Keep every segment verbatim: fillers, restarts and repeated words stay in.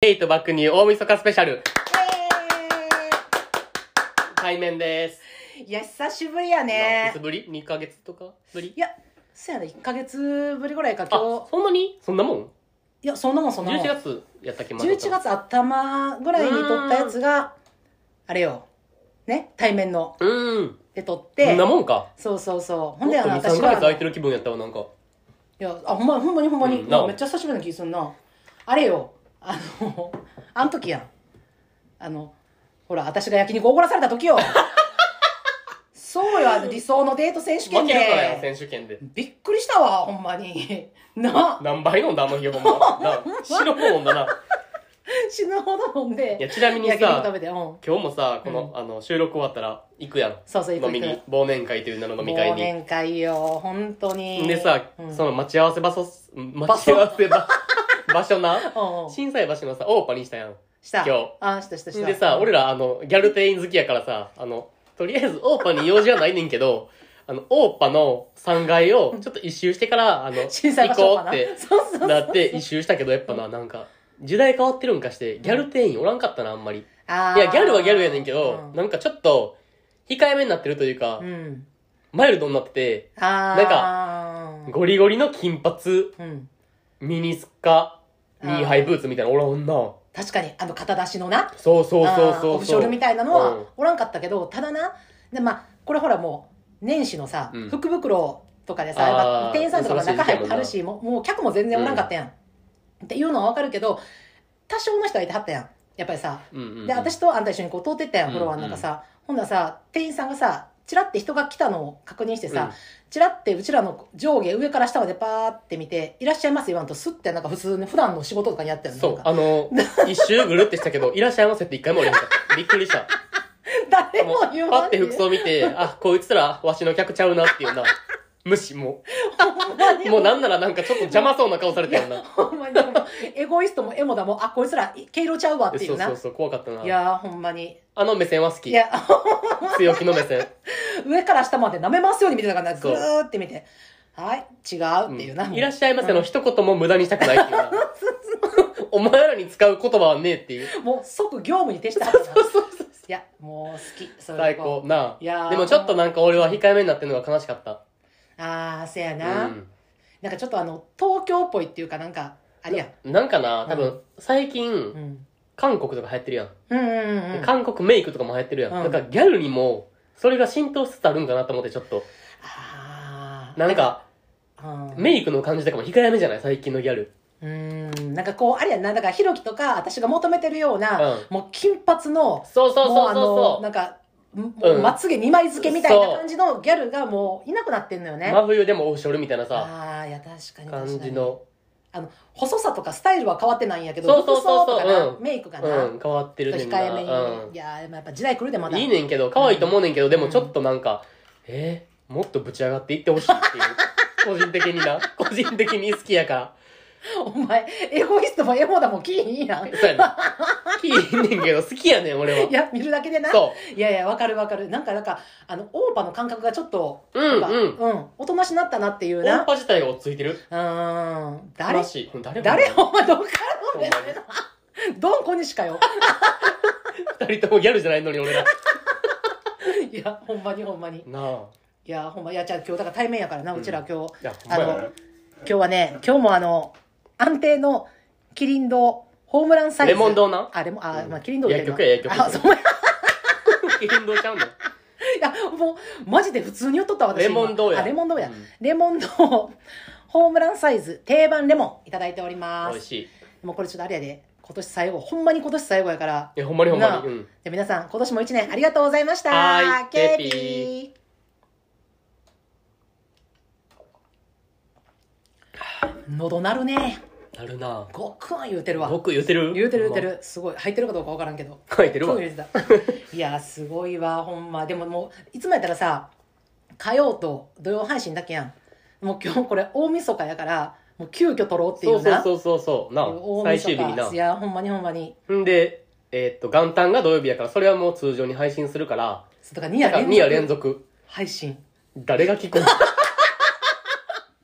エイト爆乳大晦日スペシャル。対面です。 いや、久しぶりやね。 いつぶり ?に ヶ月とかぶり？ いや、そうやね。いっかげつぶりぐらいか、今日。 あ、そんなにそんなもん？ いや、そんなもん、そんなもん。 じゅういちがつやったっけ？ じゅういちがつ頭ぐらいに撮ったやつが、あれよ。ね、対面の。 うーん。 で撮って。 そんなもんか。 そうそうそう。ほんで、あの、 に、さんかげつ空いてる気分やったわ、なんか。 いや、あ、ほんま、ほんまにほんまに。 うん、 めっちゃ久しぶりな気すんな。あれよ。あの、あの時やん。あの、ほら、私が焼肉おごらされた時よ。そうよ、あの理想のデート選手権で。 負けるからよ、選手権で。 びっくりしたわ、ほんまに。な。 何倍飲んだ、あの日、ほんま。な、死ぬほど飲んだな。 死ぬほど飲んで。 いや、ちなみにさ、 焼肉食べて、うん、 今日もさ、この、うん、あの、収録終わったら行くやん。 そうそう、行く飲みに。忘年会という名の飲み会に。 忘年会よ、本当に。 でさ、うん、その待ち合わせ場所、待ち合わせ場、場所な、心斎橋のさ、オーパにしたやん。 した。 今日。 あ、したしたした。 でさ、俺ら、あの、ギャル店員好きやからさ、あの、とりあえずオーパに用事はないねんけど、あの、オーパのさんがいをちょっと一周してから、あの、行こうってなって一周したけど、やっぱな、なんか、時代変わってるんかして、ギャル店員おらんかったな、あんまり。あいや、ギャルはギャルやねんけど、うん、なんかちょっと、控えめになってるというか、うん、マイルドになってて、なんか、ゴリゴリの金髪、うん、ミニスカ、ニーハイブーツみたいなおらんな。 確かに、あの、肩出しのな。 そうそうそうそう。 オフショルみたいなのはおらんかったけど、うん、ただな、で、まあ、これほらもう、年始のさ、うん、福袋とかでさ、やっぱ店員さんとかが中入ってはるし、もう、もう客も全然おらんかったやん。うん、っていうのはわかるけど、多少の人はいてはったやん。やっぱりさ。うんうんうん、で、私とあんた一緒にこう通ってったやん、フロアの中さ。うんうん、ほんならさ、店員さんがさ、チラって人が来たのを確認してさ、うん、チラってうちらの上下、上から下までパーって見て、いらっしゃいます言わんと、スッてなんか普通に普段の仕事とかにやってるの。 そう、あの、一周ぐるってしたけど、いらっしゃいませって一回も言わへんかった。びっくりした。 誰も言わない。 パって服装見て、あ、こいつらわしの客ちゃうなっていうな。無視もう。もうなんならなんかちょっと邪魔そうな顔されたよな。 ほんまに。エゴイストもエモだもん、あ、こいつら毛色ちゃうわっていうな。 そうそうそう、怖かったな。 いやー、ほんまに。 あの目線は好き。 いや、 強気の目線。 上から下まで舐めますように見てたから、ぐーって見て。はい、違うっていうな。 うん、いらっしゃいませの一言も無駄にしたくないっていうな。お前らに使う言葉はねえっていう。 もう即業務に徹したはずな。そうそうそう。いや、もう好き。 最高。なあ。いやでもちょっとなんか俺は控えめになってるのが悲しかった。 あー、せやな、うん。なんかちょっとあの、東京っぽいっていうかなんか、あれやん。なんかな、多分、うん、最近、うん、韓国とか流行ってるやん。うんうんうん、韓国メイクとかも流行ってるやん。うん、だからギャルにも、それが浸透しつつあるんかなと思ってちょっと。あー。なんか、うん、メイクの感じとかも控えめじゃない最近のギャル。 うーん。なんかこう、あれやんな。だからヒロキとか私が求めてるような、うん、もう金髪の、 そうそうそうそう。 なんか、もうまつげにまい付けみたいな感じのギャルがもういなくなってんのよね。 真冬でもオフショルみたいなさ。 ああ、いや確かに確かに。 感じの。 あの、細さとかスタイルは変わってないんやけど、 そうそうそうそう、 服装とかな、うん、メイクがな、 うん、変わってるねんな。 控えめに。うん、いややっぱ時代来るでまだ。 いいねんけど、可愛いと思うねんけど、うん、でもちょっとなんか、えー、もっとぶち上がっていってほしいっていう。個人的にな。個人的に好きやから。 お前、エゴイストもエモだもん、キーいいやん。 そうやな。キーいいねんけど、好きやねん、俺は。 いや、見るだけでな。そう。いやいや、わかるわかる。なんか、なんか、あの、オーパの感覚がちょっと、 うん、うん。 うん。おとなしなったなっていうな。 オーパ自体が落ち着いてる。 うーん。誰誰誰お前、どっからのねドンコにしかよ。 二人ともギャルじゃないのに、俺ら。 いや、ほんまにほんまに。 なあ。 いや、ほんま、いや、じゃあ今日、だから対面やからな、うちら今日。 いや、ほんまや。 今日はね、今日もあの、安定のキリン堂ホームランサイズ。 レモン堂な。 あ、レモン、あ、まあ、キリン堂って薬局や、薬局。 あ、そうや。 キリン堂ちゃうの。いや、もう、マジで普通に言っとった私。 レモン堂や。 あ、レモン堂や。うん、レモン堂ホームランサイズ定番レモンいただいております。 美味しい。 もうこれちょっとあれやで、今年最後、ほんまに今年最後やから。 いや、ほんまにほんまに。うん。 で、皆さん、今年も一年ありがとうございました。 はーい。 ケーピー。喉鳴るね。 なるな。 ごくん言うてるわ。 ごくん言うてる言うてる言うてる。すごい。入ってるかどうかわからんけど。 入ってるわ。 言うてた。いや、すごいわ、ほんま。でももう、いつもやったらさ、火曜と土曜配信だけやん。もう今日これ大晦日やから、もう急遽撮ろうっていうな。 そうそうそうそうな。最終日にな。 いや、ほんまにほんまに。 んで、えー、っと、元旦が土曜日やから、それはもう通常に配信するから。 だからにや連続。 にや連続。 配信。 誰が聞くの？い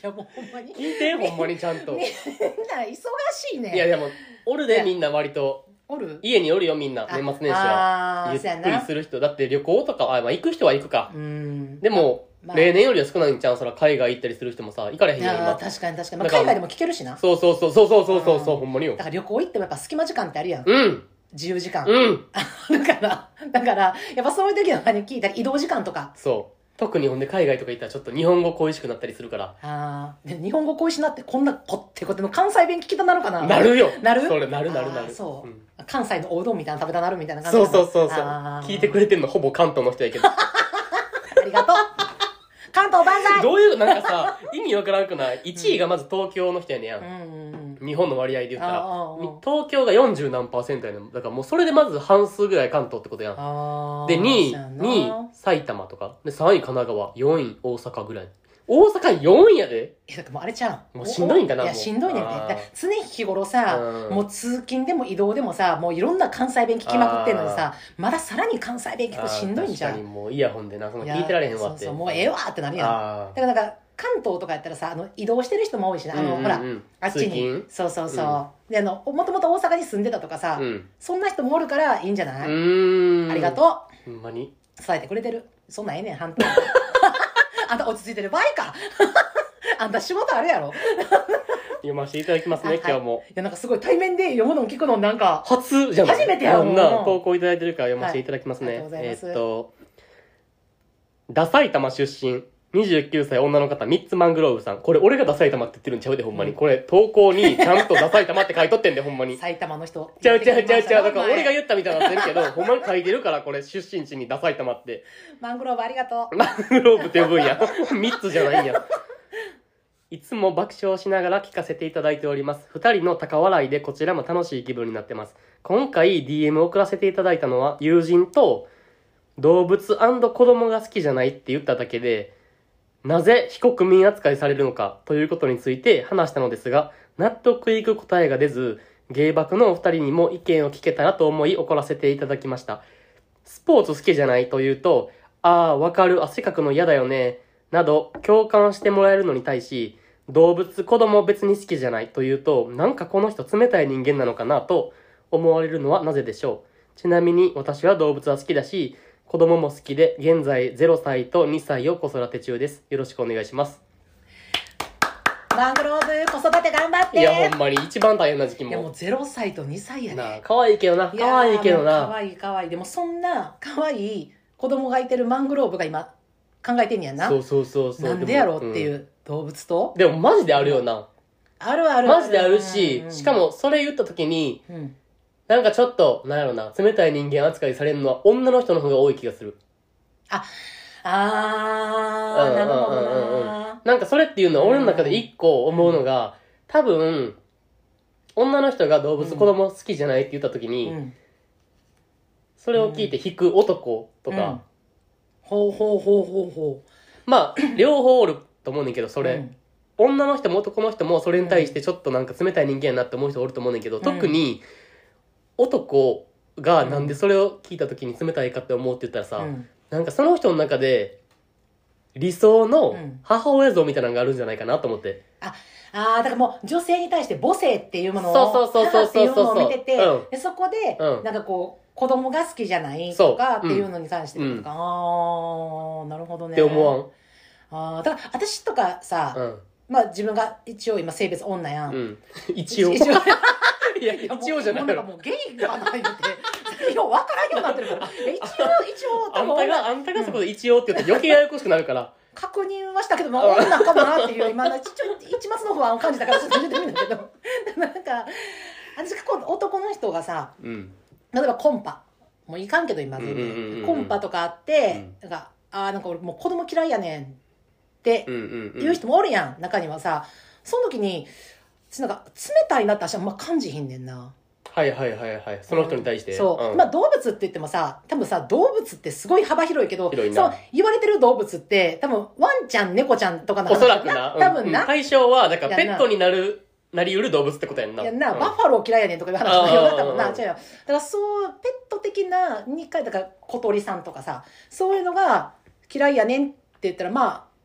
やもうほんまに聞いてほんまにちゃんとみんな忙しいね。 いやでもおるでみんな割とおる家におるよみんな年末年始はゆっくりする人だって旅行とかあ、まあ、行く人は行くかうんでも、まあ、例年よりは少ないんちゃうそら海外行ったりする人もさ行かれへんよ今確かに確かに、まあ、海外でも聞けるしなそうそうそうそうそうそうそうほんまによだから旅行行ってもやっぱ隙間時間ってあるやんうん自由時間うんだからだからやっぱそういう時の場に聞いたり移動時間とかそう特にほんで海外とか行ったらちょっと日本語恋しくなったりするからああ日本語恋しなってこんなこってこっての関西弁聞きたなるかななるよなるそれなるなるなるそう、 うん、 関西のおうどんみたいな食べたなるみたいな感じそうそうそうそう聞いてくれてんのほぼ関東の人やけどありがとう関東万歳どういうなんかさ意味わからんくないいちいがまず東京の人やねやん、うんうんうん、日本の割合で言ったら東京がよんじゅう何パーセントやねんだからもうそれでまず半数ぐらい関東ってことやんでにいにい埼玉とかでさんい神奈川よんい大阪ぐらい大阪よんいやでいやだからもうあれちゃうもうしんどいんかないやしんどいねんって常日頃さ、うん、もう通勤でも移動でもさもういろんな関西弁聞きまくってんのにさまださらに関西弁聞くとしんどいんじゃん確かにもうイヤホンでなその聞いてられへんわってそうそうもうええわってなるやんだからなんか関東とかやったらさあの移動してる人も多いしなあの、うんうんうん、ほらあっちにそうそうそう、うん、であのもともと大阪に住んでたとかさ、うん、そんな人もおるからいいんじゃないうんありがとうほんまに伝えてくれてるそんなんええねん半島あんた落ち着いてる場合かあんた仕事あるやろ読ませていただきますね、はい、今日もいやなんかすごい対面で読むの聞くのなんか初じゃん初めてやろな投稿いただいてるから読ませていただきますね、はい、 ありがとうございますえー、っとダサイタマ出身にじゅうきゅうさい女の方ミッツマングローブさんこれ俺がダサイタマって言ってるんちゃうでほんまに、うん、これ投稿にちゃんとダサイタマって書いとってんでほんまに埼玉の人ちゃうちゃうちゃうちゃうだから俺が言ったみたいになってるけどほんまに書いてるからこれ出身地にダサイタマってマングローブありがとうマングローブって呼ぶんやミッツじゃないんやいつも爆笑しながら聞かせていただいております。二人の高笑いでこちらも楽しい気分になってます。今回 ディーエム 送らせていただいたのは友人と動物&子供が好きじゃないって言っただけでなぜ非国民扱いされるのかということについて話したのですが納得いく答えが出ず芸爆のお二人にも意見を聞けたらと思い怒らせていただきました。スポーツ好きじゃないというとああわかる汗かくの嫌だよねなど共感してもらえるのに対し動物、子供別に好きじゃないというと、なんかこの人冷たい人間なのかなと思われるのはなぜでしょう。ちなみに私は動物は好きだし、子供も好きで、現在ゼロさいとにさいを子育て中です。よろしくお願いします。 マングローブ、子育て頑張って。 いや、ほんまに一番大変な時期も。 いや、もうゼロさいとにさいやね。 なあ、可愛いけどな。可愛いけどな。 可愛い可愛い。でもそんな可愛い子供がいてるマングローブが今考えてんねやんな。 そうそうそうそう。 なんでやろうっていう。うん動物とでもマジであるよな、うん、 あるあるマジであるし、うんうん、しかもそれ言った時に、うん、なんかちょっとなんやろな冷たい人間扱いされるのは女の人の方が多い気がするああー、うん、なるほどな、うんうん、 なんかそれっていうのは俺の中で一個思うのが、うん、多分女の人が動物、うん、子供好きじゃないって言った時に、うん、それを聞いて引く男とか、うん、 ほうほうほうほうほうまあ、両方おると思うねんけど、それ、うん。女の人も男の人もそれに対してちょっとなんか冷たい人間やなって思う人おると思うねんけど、うん、特に男がなんでそれを聞いた時に冷たいかって思うって言ったらさ、うん、なんかその人の中で理想の母親像みたいなのがあるんじゃないかなと思って。 うん、ああだからもう女性に対して母性っていうものを母っていうものを見てて、うん、でそこで、うん、なんかこう子供が好きじゃないとかっていうのに対してとか、うん、ああなるほどねって思わんあだから私とかさ、うん、まあ自分が一応今性別女やん、うん、 一応一応いや一応じゃないなんかもうゲイがないってよう分からんようになってるから一応一応あんたがあんたがそこで一応って言って余計ややこしくなるから、 確認はしたけど、まあ、女かもなっていう今のちょっと一抹の不安を感じたからちょっと言ってみるんだけどなんか私男の人がさ、うん、例えばコンパもういかんけど今全然コンパとかあって、うん、なんかあなんか俺もう子供嫌いやねんって言う人もおるやん中にはさその時になんか冷たいなって私はあんま感じひんねんな。 はいはいはいはいその人に対して、うん、 そう、うん、まあ動物って言ってもさ多分さ動物ってすごい幅広いけど広いそう言われてる動物って多分ワンちゃん猫ちゃんとかの話おそらくな多分な、 うん、対象はだからペットになるなりうる動物ってことやんな。 いやな、うん、バッファロー嫌いやねんとかいう話もよかったもんな。違うよ。だからそう、ペット的なにかい、だから小鳥さんとかさ、そういうのが嫌いやねんって言ったら、まあ、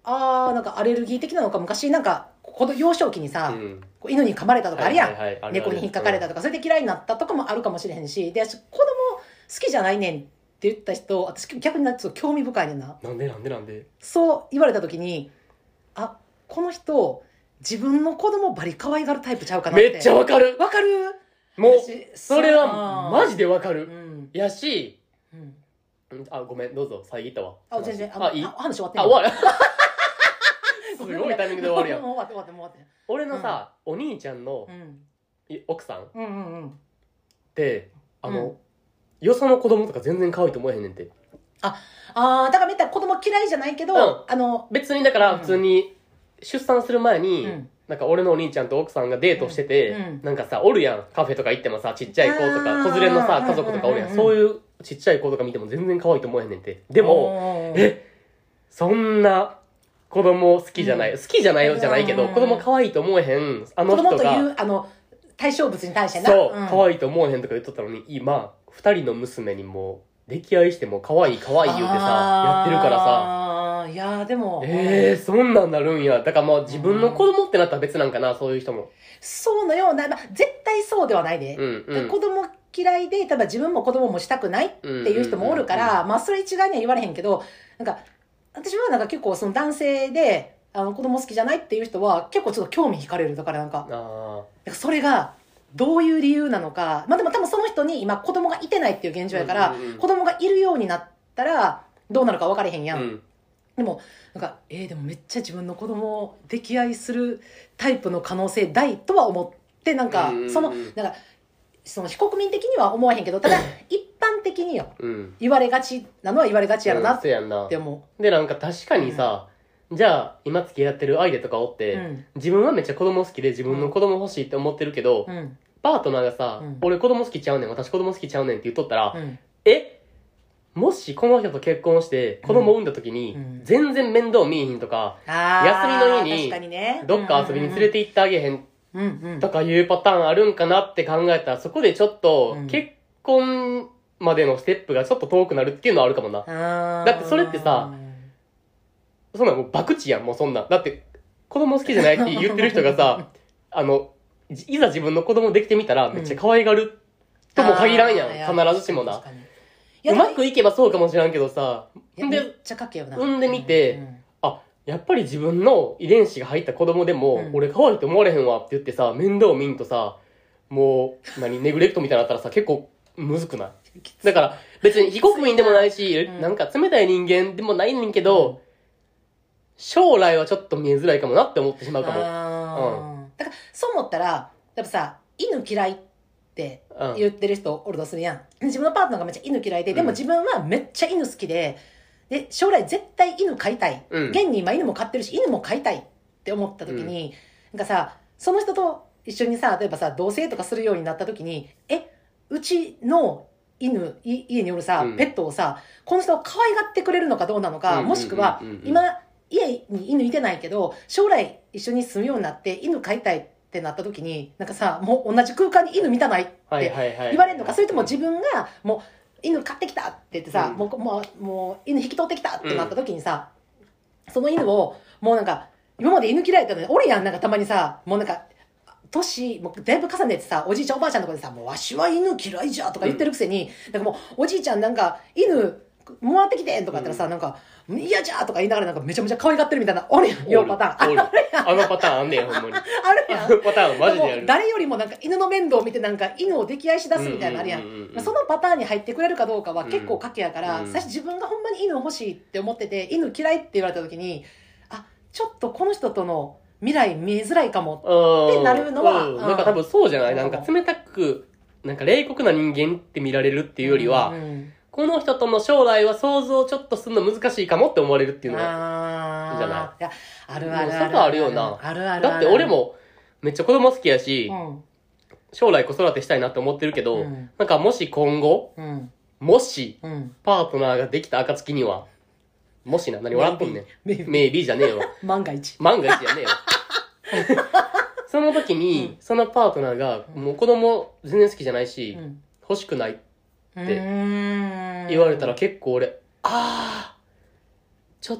あーなんかアレルギー的なのか、昔なんかこの幼少期にさ、うん、犬に噛まれたとかあるやん、はいはいはい、猫に引っかかれたとか、うん、それで嫌いになったとかもあるかもしれへんし、で子供好きじゃないねんって言った人、私逆にちょっと興味深いねんな。 なんでなんでなんでそう言われた時に、あ、この人自分の子供バリ可愛がるタイプちゃうかなって。 めっちゃわかる。 わかる。 もうそれはマジでわかる、うん、やし、うん、あ、ごめんどうぞ遮ったわ。 あ、全然。 あ、いい。 話終わってんの。 あ、終わる。すごいタイミングで終わるやん。 もう終わって終わって終わって。 俺のさ、うん、お兄ちゃんの、うん、奥さん、うんうんうん、で、あの、うん、よその子供とか全然可愛いと思えへんねんて。 あ、あーだから見たら子供嫌いじゃないけど、うん、あの別にだから普通に出産する前に、うん、なんか俺のお兄ちゃんと奥さんがデートしてて、うん、なんかさおるやん、カフェとか行ってもさ、ちっちゃい子とか子連れのさ家族とかおるやん、そういうちっちゃい子とか見ても全然可愛いと思えへんねんて。でもえそんな子供好きじゃない、うん、好きじゃないよじゃないけど、子供可愛いと思えへんあの人が、子供というあの対象物に対してな、 そう、うん、可愛いと思えへんとか言っとったのに、今二人の娘にも溺愛しても可愛い可愛い言うてさやってるからさ、 いやでもえー、そんなんなるんや。だからもう自分の子供ってなったら別なんかな、うん、そういう人もそうのような、まあ、絶対そうではないで、うんうん、子供嫌いでただ自分も子供もしたくないっていう人もおるから、うんうんうんうん、まあそれ一概には言われへんけど、なんか私はなんか結構その男性であの子供好きじゃないっていう人は結構ちょっと興味惹かれる。だからなんか、あなんかそれがどういう理由なのか、まあでも多分その人に今子供がいてないっていう現状やから、うんうんうん、子供がいるようになったらどうなるか分かれへんやん、うん、でもなんかえー、でもめっちゃ自分の子供を溺愛するタイプの可能性大とは思って、なんか、うんうんうん、そのなんかその非国民的には思わへんけど、ただ一般的によ、うん、言われがちなのは言われがちやろなって思う、 うん、でなんか確かにさ、うん、じゃあ今付き合ってる相手とかおって、うん、自分はめっちゃ子供好きで自分の子供欲しいって思ってるけど、うん、パートナーがさ、うん、俺子供好きちゃうねん、私子供好きちゃうねんって言っとったら、うん、えもしこの人と結婚して子供を産んだ時に、うん、全然面倒見えひんとか、うん、休みの日にどっか遊びに連れて行ってあげへんとかいうパターンあるんかなって考えたら、そこでちょっと結婚までのステップがちょっと遠くなるっていうのはあるかもな。だってそれってさ、そんなもう博打やん、もうそんな。だって子供好きじゃないって言ってる人がさ、あの、いざ自分の子供できてみたらめっちゃ可愛がるとも限らんやん、うん、必ずしもな。うまくいけばそうかもしらんけどさ、 でめっちゃかけよな。 産んでみて、うんうん、あ、やっぱり自分の遺伝子が入った子供でも、うん、俺可愛いと思われへんわって言ってさ、面倒見んとさ、もう、何、ネグレクトみたいになったらさ、結構むずくない？だから別に非国民でもないし、うん、なんか冷たい人間でもないねんけど、うん、将来はちょっと見えづらいかもなって思ってしまうかも。 うん、だからそう思ったら、やっぱさ、犬嫌いって言ってる人おるとするやん。自分のパートナーがめっちゃ犬嫌いで、でも自分はめっちゃ犬好きで、で、将来絶対犬飼いたい。うん、現に今犬も飼ってるし、犬も飼いたいって思った時に、うん、なんかさ、その人と一緒にさ、例えばさ、同棲とかするようになった時に、え、うちの犬、家におるさ、うん、ペットをさ、この人を可愛がってくれるのかどうなのか、もしくは、今、家に犬いてないけど、将来一緒に住むようになって犬飼いたいってなった時に、なんかさ、もう同じ空間に犬見たないって言われるのか、それとも自分がもう犬飼ってきたって言ってさ、うん、もう、もう、もう犬引き取ってきたってなった時にさ、うん、その犬をもうなんか、今まで犬嫌いだったのに、おるやん、なんかたまにさ、もうなんか、年、もうだいぶ重ねてさ、おじいちゃんおばあちゃんのとこでさ、もうわしは犬嫌いじゃとか言ってるくせに、うん、なんかもうおじいちゃんなんか犬もらってきてんとか言ったらさ、うん、なんか、嫌じゃーとか言いながらなんかめちゃめちゃ可愛がってるみたいな、おるやん、ようパターン。あるやん。 あのパターンあんねや、ほんまに。 あるやん。 あのパターンマジでやる。 誰よりもなんか犬の面倒を見てなんか犬を溺愛し出すみたいなのあるやん。そのパターンに入ってくれるかどうかは結構賭けやから、うん、最初自分がほんまに犬欲しいって思ってて、犬嫌いって言われた時に、あ、ちょっとこの人との未来見えづらいかもってなるのは、 うんうん、なんか多分そうじゃない、なんか冷たく、なんか冷酷な人間って見られるっていうよりは、うんうん、この人との将来は想像ちょっとするの難しいかもって思われるっていうのは、じゃない。いや、 あるあるある。 そこあるよな。 あるある。 だって俺もめっちゃ子供好きやし、うん、将来子育てしたいなって思ってるけど、うん、なんかもし今後、うん、もし、パートナーができた暁には、もしな、何笑っとんねん。メイビーじゃねえわ。 万が一。 万が一じゃねえわ。その時に、うん、そのパートナーが、もう子供全然好きじゃないし、うん、欲しくないって言われたら結構俺、あー、ちょっ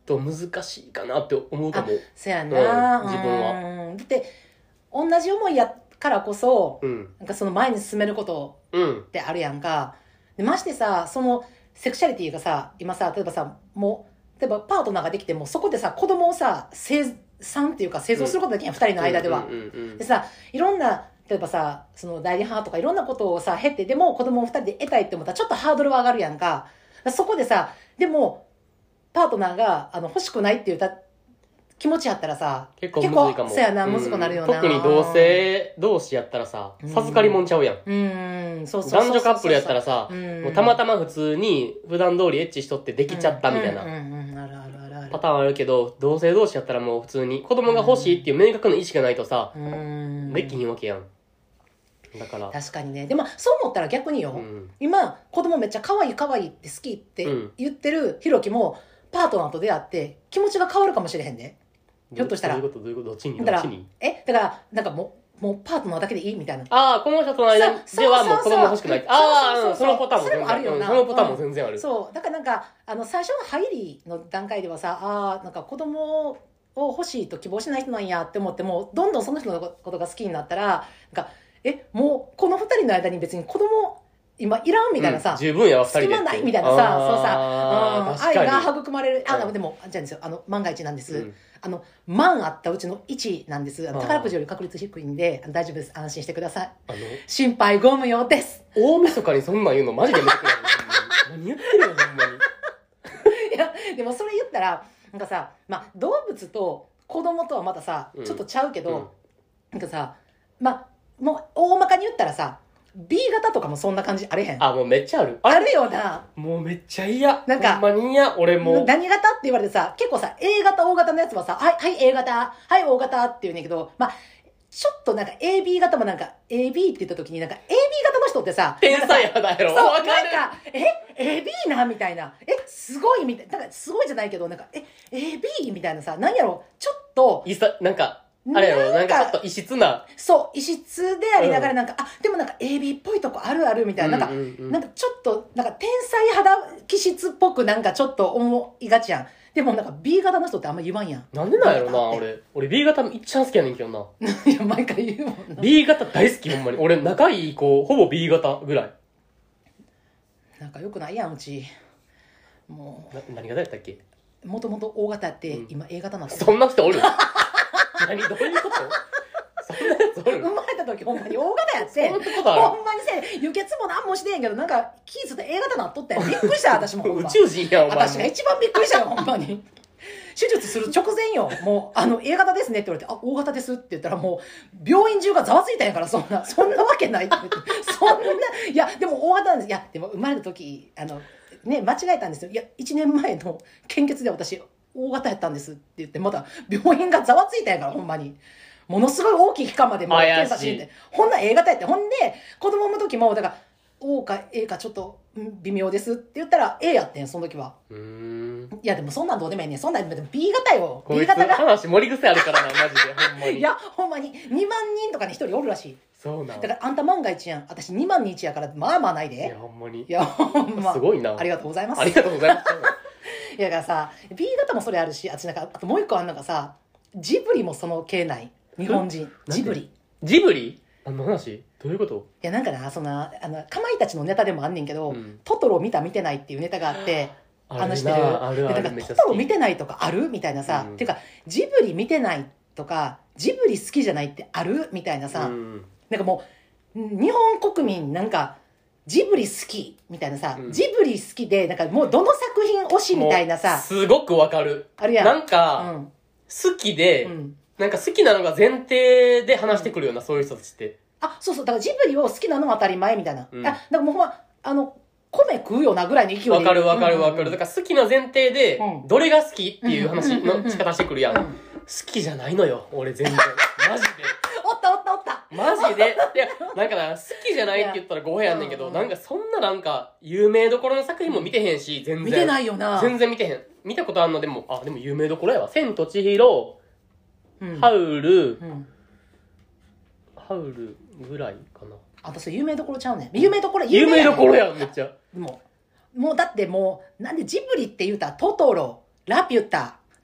と難しいかなって思うかも。 そやな、 うん、自分は。 うん。だって、同じ思いやからこそ、 うん、 なんかその前に進めることってあるやんか。でましてさ、その、セクシャリティがさ、今さ、例えばさ、もう、例えばパートナーができても、そこでさ、子供をさ、生産っていうか、生存することだけやん、二、うん、人の間では、うんうんうんうん。でさ、いろんな、例えばさ、その代理母とかいろんなことをさ、経って、でも子供を二人で得たいって思ったら、ちょっとハードルは上がるやんか。そこでさ、でも、パートナーが、あの、欲しくないって言った気持ちやったらさ、 結構むずいかも。 結構、そうやな、むずくなるよな。 特に同性同士やったらさ、授かりもんちゃうやん。 うん、うん、そうそうそうそう。 男女カップルやったらさ、もうたまたま普通に普段通りエッチしとってできちゃったみたいな。うん、うん、うん、あるあるあるある。パターンあるけど、同性同士やったらもう普通に子供が欲しいっていう明確な意思がないとさ、うん、できひんわけやん。だから。 確かにね。でも、そう思ったら逆によ、うん、今、子供めっちゃ可愛い可愛いって好きって言ってるひろきも、パートナーと出会って気持ちが変わるかもしれへんね。ひょっとしたら。 どういうことどういうことどっちにだから、えだから、なんかもう、もうパートナーだけでいいみたいな。 ああ、この人との間ではもう子供欲しくない。ああ、そのパターンも全然あるよな。そのパターンも全然ある。 そう。だからなんか、あの、最初の入りの段階ではさ、ああ、なんか子供を欲しいと希望しない人なんやって思っても、どんどんその人のことが好きになったら、なんか、え、もうこの二人の間に別に子供、今いらんみたいなさ、うん、 十分やわ二人で隙間ないみたいなさ、そうさ、うん、愛が育まれる。あ、でも、じゃあですよ、あの、万が一なんです。うん、あの、万あったうちのいちなんです。あの宝くじより確率低いんで、大丈夫です。安心してください。あの、心配ご無用です。 大晦日にそんなん言うのマジでやめてくれ。何言ってるよ、ほんまに。 いや、でもそれ言ったら、なんかさ、まあ、動物と子供とはまたさ、ちょっとちゃうけど、うん、なんかさ、まあ、もう大まかに言ったらさ、ビー 型とかもそんな感じあれへん？ あ、もうめっちゃある。 あるよな。 もうめっちゃ嫌。なんか、ほんまに嫌、俺も。 何型って言われてさ、結構さ、A 型、O 型のやつはさ、はい、はい、A 型、はい、O 型って言うんだけど、まあ、ちょっとなんか エービー 型もなんか エービー って言った時になんか エービー 型の人ってさ、 天才やだよ。 そう、なんか、え、エービー なみたいな。え、すごいみたいな。なんかすごいじゃないけど、なんか、え、エービー みたいなさ、何やろ、ちょっと。 いさ、なんか、あれやろ、なんかちょっと異質な。 そう、異質でありながらなんか、うん、あ、でもなんか エービー っぽいとこあるあるみたいな。なんか、うんうんうん、なんかちょっと、なんか天才肌気質っぽくなんかちょっと思いがちやん。でもなんか B 型の人ってあんま言わんやん。 なんでなんやろな、俺。俺 B 型いっちゃん好きやねんけどな。 いや、毎回言うもんな。 B 型大好き、ほんまに。俺仲いい子、ほぼ B 型ぐらい。 なんか良くないやん、うち。もう。 な、何型やったっけ？ もともと O 型やって、うん、今 A 型なんですよ。そんな人おる？何どういうこと？そんなやつおる？ 生まれた時ほんまに O 型やって、ほんまにせ、輸血もなんもしてんけど、なんか気ぃつって A 型なっとったやん。びっくりした、私もほんま。 宇宙人やん、お前。 私が一番びっくりしたよ、ほんまに。手術する直前よ。もう、あの、A 型ですねって言われて、あ、O 型ですって言ったらもう、病院中がざわついたんやから、そんな、そんなわけないって言って。そんな、いや、でも O 型なんです。いや、でも生まれた時、あの、ね、間違えたんですよ。いや、いちねんまえの献血で私、O 型やったんですって言って、また病院がざわついたんやから、ほんまに。ものすごい大きい期間までもう検査してて。ほんな A 型やって。ほんで、子供の時も、だから、O か A かちょっと微妙ですって言ったら A やってん、その時は。うーん。いや、でもそんなんどうでもいいねん。そんなん B 型よ。B 型が。 話盛り癖あるからな、マジで。ほんまに。 いや、ほんまに。にまんにんとかにひとりおるらしい。 そうなんだからあんた万が一やん。私にまんにいちやから、まあまあないで。 いや、ほんまに。 いや、ほんま。 すごいな。 ありがとうございます。 ありがとうございます。 いや、だからさ、B 型もそれあるし、あとなんか、あともう一個あんのがさ、ジブリもその系ない。日本人。ジブリ。 ジブリ？何の話？どういうこと？ いや、なんかな、そんな、あの、かまいたちのネタでもあんねんけど、うん、トトロ見た見てないっていうネタがあって、話してる。 あるある。 だからトトロ見てないとかあるみたいなさ、うん、ていうか、ジブリ見てないとか、ジブリ好きじゃないってあるみたいなさ、うん、なんかもう、日本国民なんか、ジブリ好きみたいなさ、うん、ジブリ好きで、なんかもうどの作品推しみたいなさ、 すごくわかる。 あるやん。 なんか、うん、好きで、うんなんか好きなのが前提で話してくるような、うん、そういう人たちって。 あ、そうそう。だからジブリを好きなのも当たり前みたいな。うん、あ、だからもうほんま、あの、米食うよなぐらいの勢いで。 わかるわかるわかる。だから好きな前提で、どれが好きっていう話の仕方してくるやん。好きじゃないのよ、俺全然。マジで。 おったおったおった。 マジで。いや、なんかな、好きじゃないって言ったら語弊やんねんけど、なんかそんななんか、有名どころの作品も見てへんし、全然。 見てないよな。 全然見てへん。見たことあんのでも、あ、でも有名どころやわ。千と千尋、うん、ハウル、うん、ハウルぐらいかな。 あとそれ有名どころちゃうねん。有名どころ有名、有名どころやん、めっちゃ。 もう、もうだってもう、なんでジブリって言うたらトトロ、ラピュタ、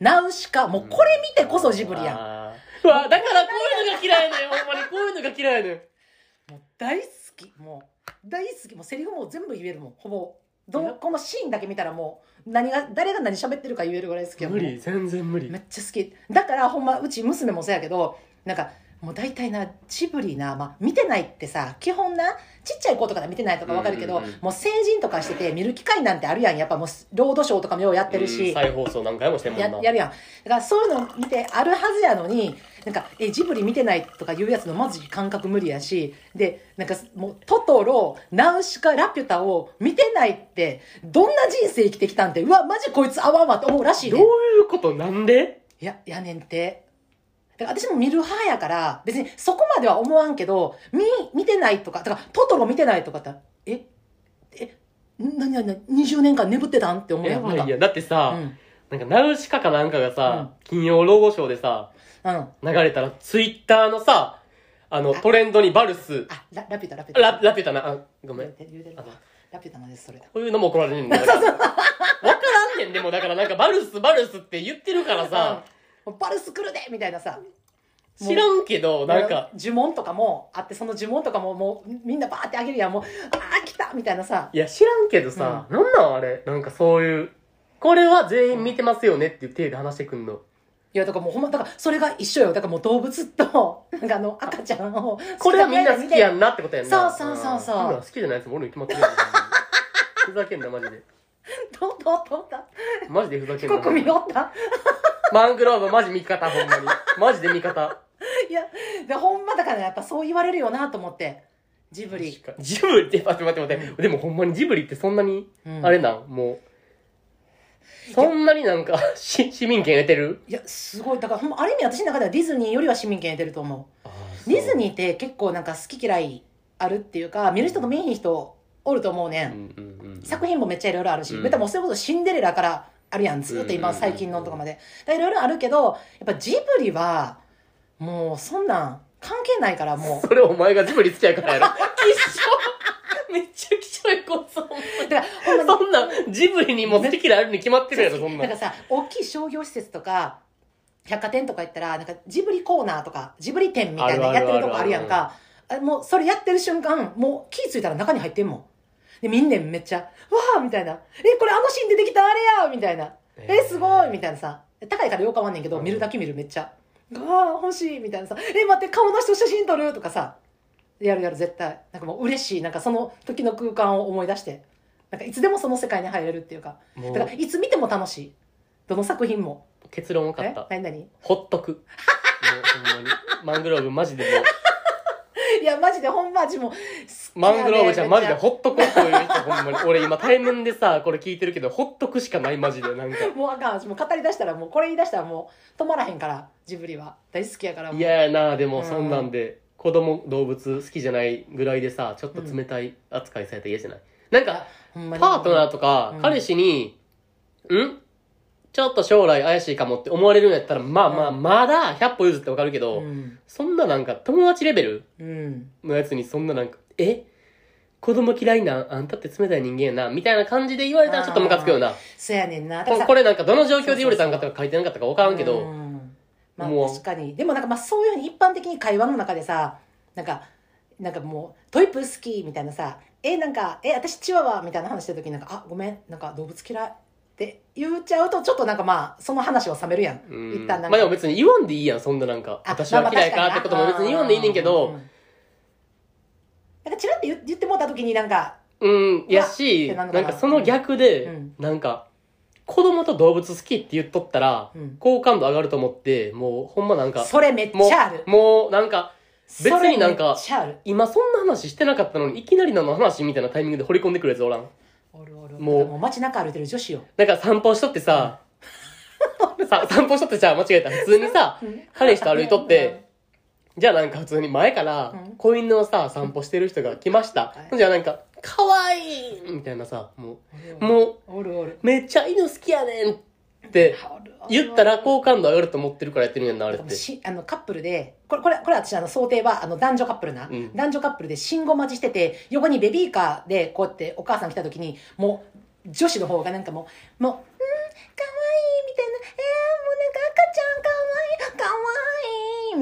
ナウシカ、もうこれ見てこそジブリやん。 あうわ、だからこういうのが嫌いなのよ、ほんまに。こういうのが嫌いなのよ。 もう大好き。もう、大好き。もうセリフも全部言えるもん、ほぼ。どこのシーンだけ見たらもう、何が、誰が何喋ってるか言えるぐらい好きやもん。 無理、全然無理。 めっちゃ好き。だからほんま、うち娘もそうやけど、なんか、もう大体な、ジブリな、まあ、見てないってさ、基本な、ちっちゃい子とかで見てないとかわかるけど、うんうんうん、もう成人とかしてて見る機会なんてあるやん。やっぱもう、ロードショーとかもようやってるし。 再放送何回もしてんもんな。 や、やるやん。だからそういうの見てあるはずやのに、なんか、え、ジブリ見てないとかいうやつのマジ感覚無理やし、で、なんかもう、トトロ、ナウシカ、ラピュタを見てないって、どんな人生生きてきたんって、うわ、マジこいつあわんわって思うらしいね。 どういうことなんでいや、やねんって。だから私も見る派やから、別にそこまでは思わんけど、見、見てないとか、だからトトロ見てないとかって、え、え、なになににじゅうねんかん眠ってたんって思うやん。 いや、いやだってさ、 うん、 なんかナウシカかなんかがさ、うん、金曜ロードショーでさ、うん、流れたらツイッターのさ、あの、トレンドにバルス。 あ、ララピュタ、ラピュタ。 ララピュタな、あ、ごめん。 言うてるわ。ラピュタなんです、それ。こういうのも怒られるんだよ。わからんねん、でもだからなんかバルス、バルスって言ってるからさ、 うん、バルス来るでみたいなさ。 知らんけど、なんか。 呪文とかもあって、その呪文とかももうみんなバーってあげるやん。もう、あー来たみたいなさ。 いや、知らんけどさ、うん、なんなんあれなんかそういう、これは全員見てますよねっていう体で話してくんの。 いや、だからもうほんま、だからそれが一緒よ。だからもう動物と、なんかあの赤ちゃんを。 これはみんな好きやんなってことやんな。 そうそうそうそう。 みんな好きじゃないやつも俺に決まってるやん。ふざけんな、マジで。 どうどうどうだマジでふざけんな。 低く見よったマングローブマジ味方、ほんまに。マジで味方。 いや、でほんまだからやっぱそう言われるよなと思って。ジブリ。 ジブリって、待って待って待って。うん、でもほんまにジブリってそんなに、うん、あれなん、もう。そんなになんか市民権得てる？ いや、すごい。だからほんま、ある意味私の中ではディズニーよりは市民権得てると思う。ディズニーって結構なんか好き嫌いあるっていうか、見る人と見えへん人おると思うね、うんうんうんうん。作品もめっちゃいろいろあるし、うん、もうそれこそシンデレラからあるやん。ずっと今最近のとかまで。いろいろあるけど、やっぱジブリは、もうそんなん関係ないからもう。 それお前がジブリ好きやからやろ。きしょめっちゃきしょいこそ。だからほんまにそんなジブリにも好き嫌いあるに決まってるやろ、そんな。 だからさ、大きい商業施設とか、百貨店とか行ったら、なんかジブリコーナーとか、ジブリ店みたいなやってるとこあるやんか。あもうそれやってる瞬間、もう気ぃついたら中に入ってんもん。で、みんなめっちゃ、わーみたいな。え、これあのシーン出てきたあれやみたいな。え、すごいみたいなさ。高いからよう変わんねんけど、見るだけ見るめっちゃ。ああ、欲しいみたいなさ。え、待って、顔の人写真撮るとかさ。やるやる絶対。なんかもう嬉しい。なんかその時の空間を思い出して。なんかいつでもその世界に入れるっていうか。だからいつ見ても楽しい。どの作品も。 結論分かった。 え何何ほっとく。もうほんまに。マングローブマジでもう。 いや、マジでほんま味も。 マングローブちゃんマジでほっとくっていう人ほんまに。俺今対面でさ、これ聞いてるけど、ほっとくしかないマジで。なんか。 もうあかん。もう語り出したらもう、これ言い出したらもう止まらへんから、ジブリは。大好きやからもう。 いややな、でもそんなんで。うん子供動物好きじゃないぐらいでさちょっと冷たい扱いされたら嫌じゃない、うん、なんかパートナーとか彼氏に、うん、んちょっと将来怪しいかもって思われるんやったらまあまあまだひゃっぽ譲ってわかるけど、うん、そんななんか友達レベルのやつにそんななんかえ子供嫌いなあんたって冷たい人間やなみたいな感じで言われたらちょっとムカつくよな。 そうやねんな。 これなんかどの状況で言われたんかとか書いてなかったか分からんけど、うんまあ、確かに。でもなんかまあそういうふうに一般的に会話の中でさ、なんか、なんかもうトイプー好きみたいなさ、え、なんか、え、私チワワみたいな話してる時になんか、あ、ごめん、なんか動物嫌いって言っちゃうとちょっとなんかまあ、その話を冷めるやん。うん、一旦なんか。 まあでも別に言わんでいいやん、そんななんか。私は嫌いかってことも別に言わんでいいねんけど。うん、 なんかチラって言ってもうた時になんか。 うん、やし、なんかその逆で、うん、なんか、子供と動物好きって言っとったら、うん、好感度上がると思って、もうほんまなんか。 それめっちゃある。 もう、もうなんか、別になんか、今そんな話してなかったのに、いきなりの話みたいなタイミングで掘り込んでくるやつおらん。 おるおる。もう、もう街中歩いてる女子よ。 なんか散歩しとってさ、うん、さ散歩しとってさ、間違えた。普通にさ、彼氏と歩いとって、じゃあなんか普通に前から、子犬をさ、散歩してる人が来ました。うん、じゃあなんか、かわいいみたいなさ、もう、もう、 おるおるめっちゃ犬好きやねんって言ったら好感度上がると思ってるからやってるんやんな、あれって。 あのカップルで、これ、これ、これ私あの想定はあの男女カップルな、うん、男女カップルで信号待ちしてて、横にベビーカーでこうやってお母さん来た時に、もう女子の方がなんかもう、もう、うん、かわいいみたいな、えー、もう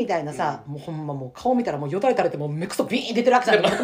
たいなさ、もうほんまもう顔見たらもうよだれ垂れてもう目くそビーン出てるわけじゃん。もう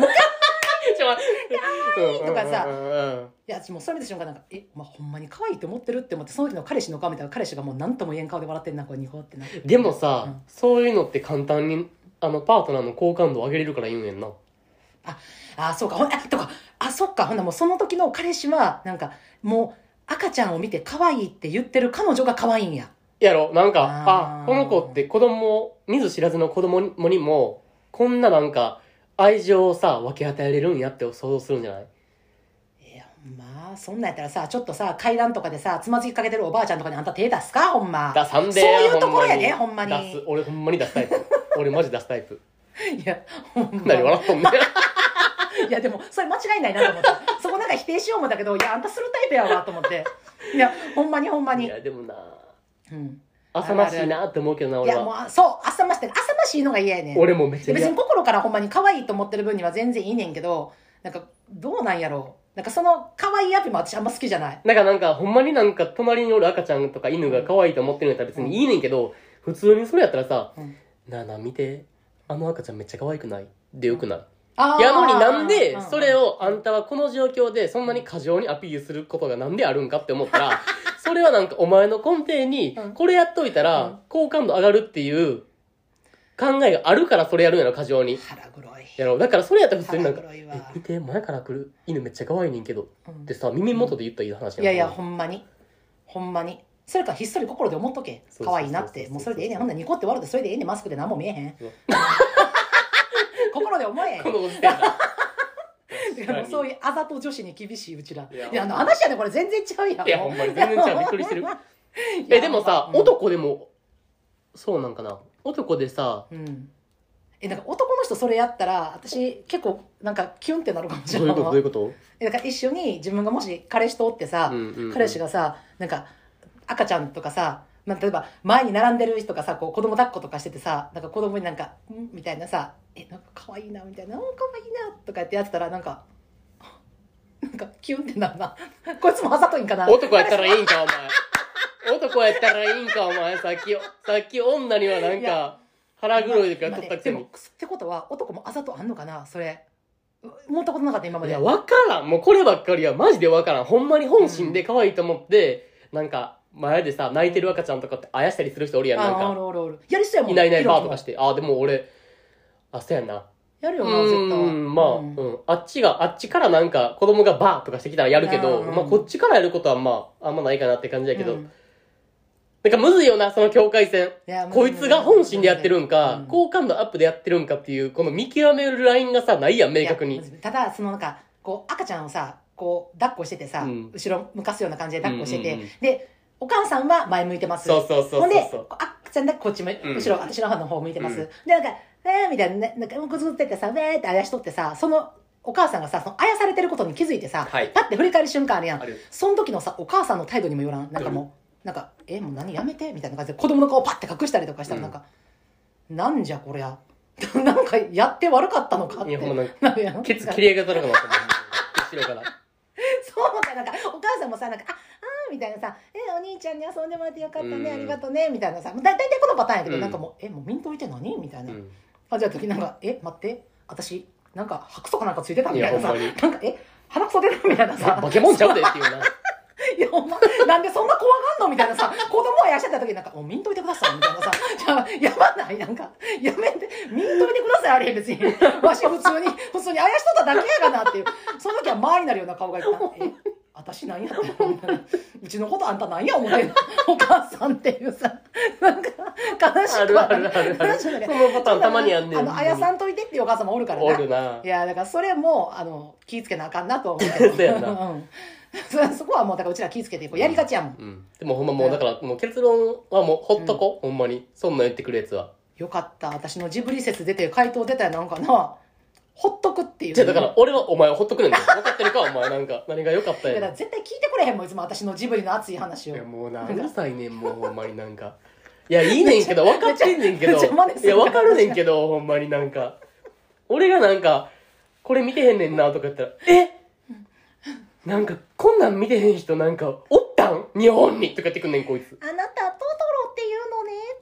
とかさ、いや私もうそれ見た瞬間なんかえ、まあ、ほんまに可愛いと思ってるって思って、その時の彼氏の顔見たら彼氏がもう何とも言えん顔で笑ってんな、これニコってな。 でもさ、うん、そういうのって簡単にあのパートナーの好感度を上げれるから言うんやんな。 ああ、そうか、ほんあとかあ、そっか、ほんなもうその時の彼氏はなんかもう赤ちゃんを見て可愛いって言ってる彼女が可愛いんや。 やろ、なんか、あ, あこの子って子供、見ず知らずの子供にもこんななんか愛情をさ分け与えれるんやって想像するんじゃない？ いやまあそんなんやったらさ、ちょっとさ階段とかでさつまずきかけてるおばあちゃんとかにあんた手出すか、ほんま。 出さんで。 そういうところやで、ほんまに。 出す。俺ほんまに出すタイプ。俺マジ出すタイプ。 いやほんま何笑っとんねん。 いやでもそれ間違いないなと思って、そこなんか否定しようもだけど、いやあんたするタイプやわと思って。いやほんまにほんまに。 いやでもな、 うん、 浅ましいなって思うけどな、俺は。 いやもうそう浅まして、浅ましいのが嫌やねん。 俺もめっちゃ嫌。 別に心からほんまに可愛いと思ってる分には全然いいねんけど、なんかどうなんやろう、なんかその可愛いアピも私あんま好きじゃない。 なんかなんかほんまになんか隣におる赤ちゃんとか犬が可愛いと思ってるんやったら別にいいねんけど、うん、普通にそれやったらさ、うん、なあなあ見て、あの赤ちゃんめっちゃ可愛くないでよくない？ あやのになんでそれをあんたはこの状況でそんなに過剰にアピールすることがなんであるんかって思ったらそれはなんかお前の根底にこれやっといたら好感度上がるっていう考えがあるからそれやるんやろ、過剰に。 腹黒いやろ。だからそれやったら普通になんかえ見て前から来る犬めっちゃ可愛いねんけど、うん、ってさ耳元で言ったらいい話やん。 いやいやほんまにほんまにそれからひっそり心で思っとけ、可愛いなって。もうそれでええねん。ほんならニコって笑ってそれでええねん。マスクで何も見えへん。心で思え。 このご時点だ。 そういうあざと女子に厳しいうちら。いや、いやあの話やね、これ全然ちゃうやん。 いや、ほんまに全然ちゃう。びっくりしてる。え、でもさ、うん、男でも、そうなんかな。男でさ、 うん、え、なんか男の人それやったら、私結構なんかキュンってなるかもしれない。 どういうことどういうことえ、だから一緒に自分がもし彼氏とおってさ、うんうんうん、彼氏がさ、なんか赤ちゃんとかさ、まあ、例えば前に並んでる人がさ、こう子供抱っことかしててさ、なんか子供になんか「ん?」みたいなさ「えなんか可愛いな」みたいな「お可愛いな」とかやってやってたらなんかなんかキュンってなるな。こいつもあざといんかな。 男やったらいいんかお前。男やったらいいんかお前。さっきさっき女にはなんか腹黒いとか取ったくせに、まあね、 ってことは男もあざとあんのかな、それ。思ったことなかった今まで。 いや分からん、もうこればっかりはマジで分からん。ほんまに本心で可愛いと思って、うん、なんか前でさ泣いてる赤ちゃんとかってあやしたりする人おるやん。なんかあおるおるやりそうやもん。 いないいないバーとかして、あでも俺あそうやんな、 やるよな絶対。 うんまあ、うん、うん、あっちがあっちからなんか子供がバーとかしてきたらやるけど、まあこっちからやることはまああんまないかなって感じやけど、うん、なんかむずいよなその境界線。いこいつが本心でやってるんか、うん、好感度アップでやってるんかっていうこの見極めるラインがさないやん明確に。 ただそのなんかこう赤ちゃんをさこう抱っこしててさ、うん、後ろ向かすような感じで抱っこしてて、うんうんうん、でお母さんは前向いてます。 そうそうそうそう。 ほんで赤ちゃんだけこっちも後ろ、うん、私の方の方向いてます、うん、でなんかえーみたいなね、なんかぐずっててさウェーってあやしとってさ、そのお母さんがさそのあやされてることに気づいてさ、はい、パッて振り返る瞬間あるやん。その時のさお母さんの態度にもよらん。なんかもう、うん、なんかえもう何やめてみたいな感じで子供の顔パッて隠したりとかしたらなんか、うん、なんじゃこりゃなんかやって悪かったのかって。いやほんまなるやん。ケツ切り上げたのかなと思う。後ろから。 そうか、なんかお母さんもさなんかああみたいなさ、えお兄ちゃんに遊んでもらってよかったね、ありがとうねみたいなさ、だいたいこのパターンやけど、うん、なんかもうえもう見んといて何みたいな感じの時なんかえ待って私なんか白素かなんかついてたみたいなさ、なんかえ鼻くそ出るみたいなさ、 バケモンちゃうでっていうな。 いやほんまなんでそんな怖がんのみたいなさ、子供をやしてた時になんかもう見んといてくださいみたいなさ、じゃあやばないなんかやめて見んといてくださいあれ別にわし普通に普通にあやしとっただけやがなっていう、その時は周りになるような顔がいた。え私なんやってうちのことあんたなんや思ってんのお母さんっていうさ、なんか悲しくはあるあるあるある。そのパターンたまにあんねん。 あのあやさんといてっていうお母さんもおるからな。 おるな。 いやだからそれもあの気ぃつけなあかんなと思うけど。そうやな。うんそこはもうだからうちら気ぃつけてこうやりがちやもん、うんうん、 でもほんまもうだからもう結論はもうほっとこ、うん、ほんまにそんなん言ってくるやつはよかった。私のジブリ説出て回答出たやなんかな、ほっとくっていう、ね、 じゃあだから俺はお前をほっとくねんだよ。分かってるかお前なんか何が良かったんや。 いや絶対聞いてくれへんもんいつも私のジブリの熱い話を。 いやもうなうるさいねんもうほんまになんかいやいいねんけど分かってんねんけどいや分かるねんけどほんまになんか俺がなんかこれ見てへんねんなとか言ったらえなんかこんなん見てへん人なんかおったん日本にとか言ってくんねんこいつ。 あなたトトロっていうのねっ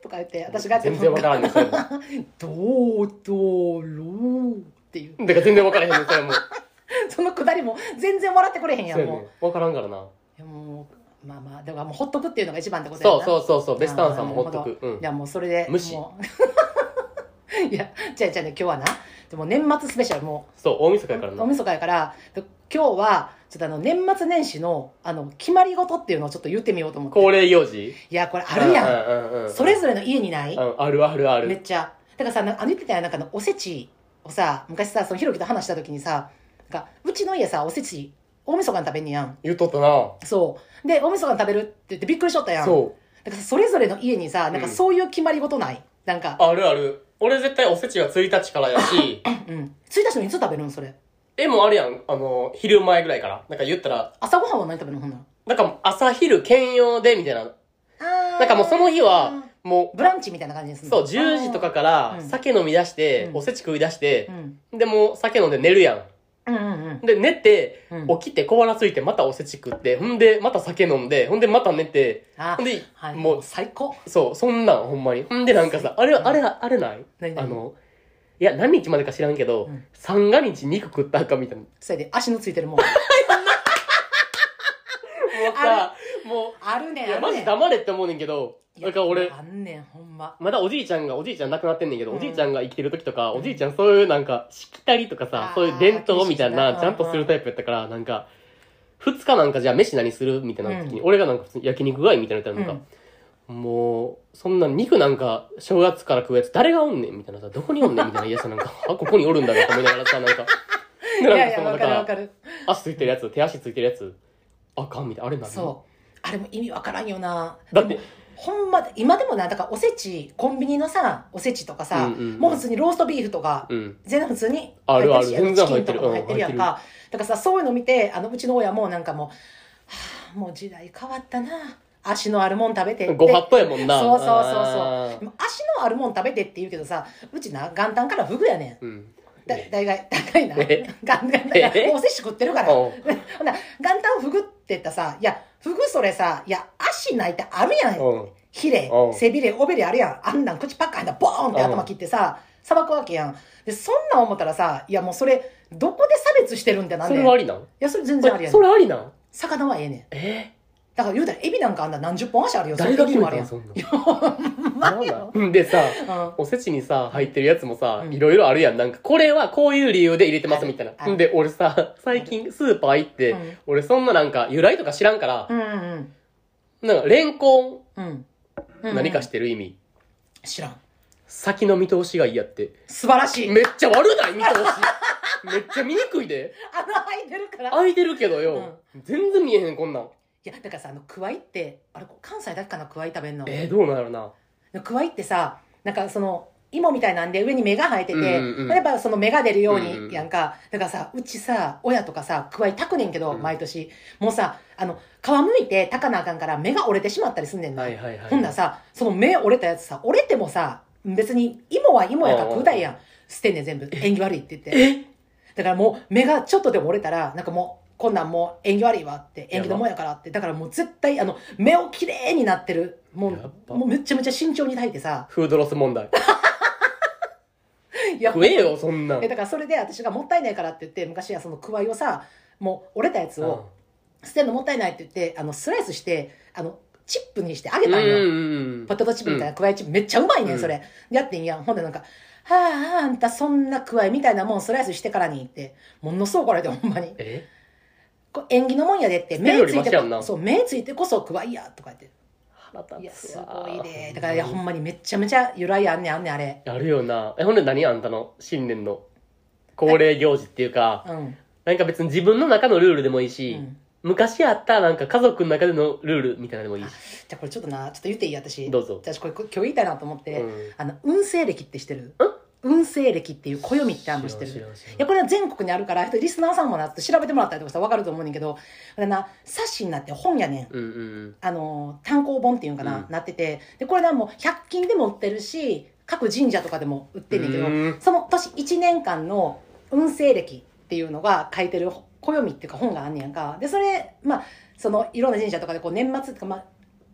とか言って私が全然わからんねそれもどうどろうっていうだから全然わからへんねそれもそのくだりも全然笑ってくれへんやんもう、ね、 わからんからな。 いやもうまあまあだからもうほっとくっていうのが一番ってことやな。 そうそうそうそうベスタンさんもほっとく、うん、 いやもうそれで無視もういやじゃあじゃあね今日はなでも年末スペシャルもうそう大晦日やからな。 大晦日やから今日はちょっとあの年末年始のあの決まり事っていうのをちょっと言ってみようと思って。 恒例行事。 いやこれあるやん、 うんうんうん、 それぞれの家にない、 うん、あるあるあるめっちゃだからさあの言ってたやんなんかのおせちをさ昔さそのひろきと話した時にさなんかうちの家さおせち大晦日に食べんねやん。 言っとったな。 そうで大晦日に食べるって言ってびっくりしとったやん。そうだからそれぞれの家にさなんかそういう決まり事ない、うん、なんかあるある。俺絶対おせちはついたちからやしうん。ついたちのいつ食べるんそれ。 え、もうあるやん。あの、昼前ぐらいから。なんか言ったら。 朝ごはんは何食べるのほんなら。 なんか朝昼兼用で、みたいな。あなんかもうその日は、もう。 ブランチみたいな感じですね。 そう、じゅうじとかから酒飲み出して、おせち食い出して、 うん、 で、もう酒飲んで寝るやん。 うんうんうん、 で、寝て、起きて小腹ついて、またおせち食って、ほんで、また酒飲んで、ほんで、また寝て、ほんで、 はい、 もう、 最高。 そう、そんなん、ほんまに。ほんで、なんかさ、あれ、あれ、あれない何あの、いや、何日までか知らんけど、うん、三が日肉食ったかみたいな。 それで、足のついてるもん。もうさ、もう、 あるねん。 いや、マジ黙れって思うねんけど、だから俺、 あんねん、ほんま。 まだおじいちゃんが、おじいちゃん亡くなってんねんけど、うん、おじいちゃんが生きてる時とか、 うん、 おじいちゃんそういうなんか、しきたりとかさ、そういう伝統みたいな、ちゃんとするタイプやったから、なんか、二日なんかじゃあ飯何するみたいな時に、うん、俺がなんか焼肉がいいみたいな言ったらなんか、うん、もう、そんな肉なんか正月から食うやつ誰がおんねんみたいなさ、どこにおんねんみたいな。いやさ、なんか、あ、ここにおるんだなと思いながらさ、なんか、 いやいや、わかるわかる。 足ついてるやつ、手足ついてるやつ、あかんみたいな。あれ何？ そう。あれも意味わからんよな。 だって、 ほんま、今でもな、だからおせち、コンビニのさ、おせちとかさ、うんうんうん、もう普通にローストビーフとか、うん、全然普通にあるある、全然チキンとかも入ってるやんか。だからさ、そういうの見て、あの、うちの親もなんかもう、はぁ、もう時代変わったな。足のあるもん食べてって。 ご法度やもんな。 そうそうそうそう。でも足のあるもん食べてって言うけどさ、うちな、元旦からフグやねん。うん、だ、大概、高いな。元旦から、おせち食ってるから。ほんな、元旦フグって言ったらさ、いや、フグそれさ、いや、足ないってあるやん。ヒレ、背びれ、おべれあるやん。あんなん口パッカーンボーンって頭切ってさ、さばくわけやん。で、そんなん思ったらさ、いやもうそれ、どこで差別してるんってなんで。 それはありなん？いや、それ全然ありやねん。 それありなん？ 魚はええねん。 えーだから言うたら、エビなんかあんな何十本足あるよ。 誰が決めたんそんな。でさ、うん、おせちにさ、入ってるやつもさ、いろいろあるやん。なんか、これはこういう理由で入れてますみたいな。んで、俺さ、最近スーパー行って、うん、俺そんななんか、由来とか知らんから、うんうん、なんか、レンコン、うんうん、何かしてる意味。 知らん。 先の見通しがいいやって。 素晴らしい。 めっちゃ悪ない見通し。めっちゃ見にくいで。 穴開いてるから。 開いてるけどよ。うん、全然見えへん、こんなん。 いや、だからさ、あの、くわいって、あれ、関西だけかな、くわい食べんの。 えー、どうなるな。 くわいってさ、なんかその、芋みたいなんで上に芽が生えてて、うんうん、やっぱその芽が出るようにやんか。だからさ、うちさ、親とかさ、くわい炊くねんけど、うん、毎年。もうさ、あの、皮むいて炊かなあかんから芽が折れてしまったりすんねんな。はいはいはい。ほんならさ、その芽折れたやつさ、折れてもさ、別に芋は芋やから食うたいやん。捨てんねん全部。縁起悪いって言って。えだからもう芽がちょっとでも折れたら、なんかもう、こんなんもう縁起悪いわって、縁起のもんやからって。だからもう絶対、あの、目をきれいになってる。もう、もうめちゃめちゃ慎重に炊いてさ。 フードロス問題。いや食えよ、そんなん。 だからそれで私がもったいないからって言って、昔はそのくわいをさ、もう折れたやつを、捨てるのもったいないって言って、あの、スライスして、あの、チップにしてあげたんよ。ポテトチップみたいなくわいチップ。めっちゃうまいねん、それ。やってんやん。ほんでなんか、はあ、あんたそんなくわいみたいなもんスライスしてからにって、ものすごくこれでほんまに。え縁起のもんやでって、目ついてこ、そう、目ついてこそくわいや、とか言って。腹立つわ。いや、すごいね。だから、いや、ほんまにめっちゃめちゃ由来あんねん、あんねん、あれ。 あるよな。え、ほんで何あんたの新年の恒例行事っていうか、うん、なんか別に自分の中のルールでもいいし、うん、昔あったなんか家族の中でのルールみたいなのでもいいし。 じゃあこれちょっとな、ちょっと言っていい私。 どうぞ。 私これ今日言いたいなと思って、うん、あの、運勢歴って知ってる？ん運勢歴っていう暦ってあるの知ってる？いや、これは全国にあるから、リスナーさんもなって調べてもらったりとかしたら分かると思うねんけど、これな、冊子になって本やねん。うんうん、あの、単行本っていうんかな、うん、なってて。で、これな、もうひゃく均でも売ってるし、各神社とかでも売ってんねんけど、んその年いちねんかんの運勢歴っていうのが書いてる暦っていうか本があんねやんか。で、それ、まあ、その、いろんな神社とかでこう年末とか、まあ、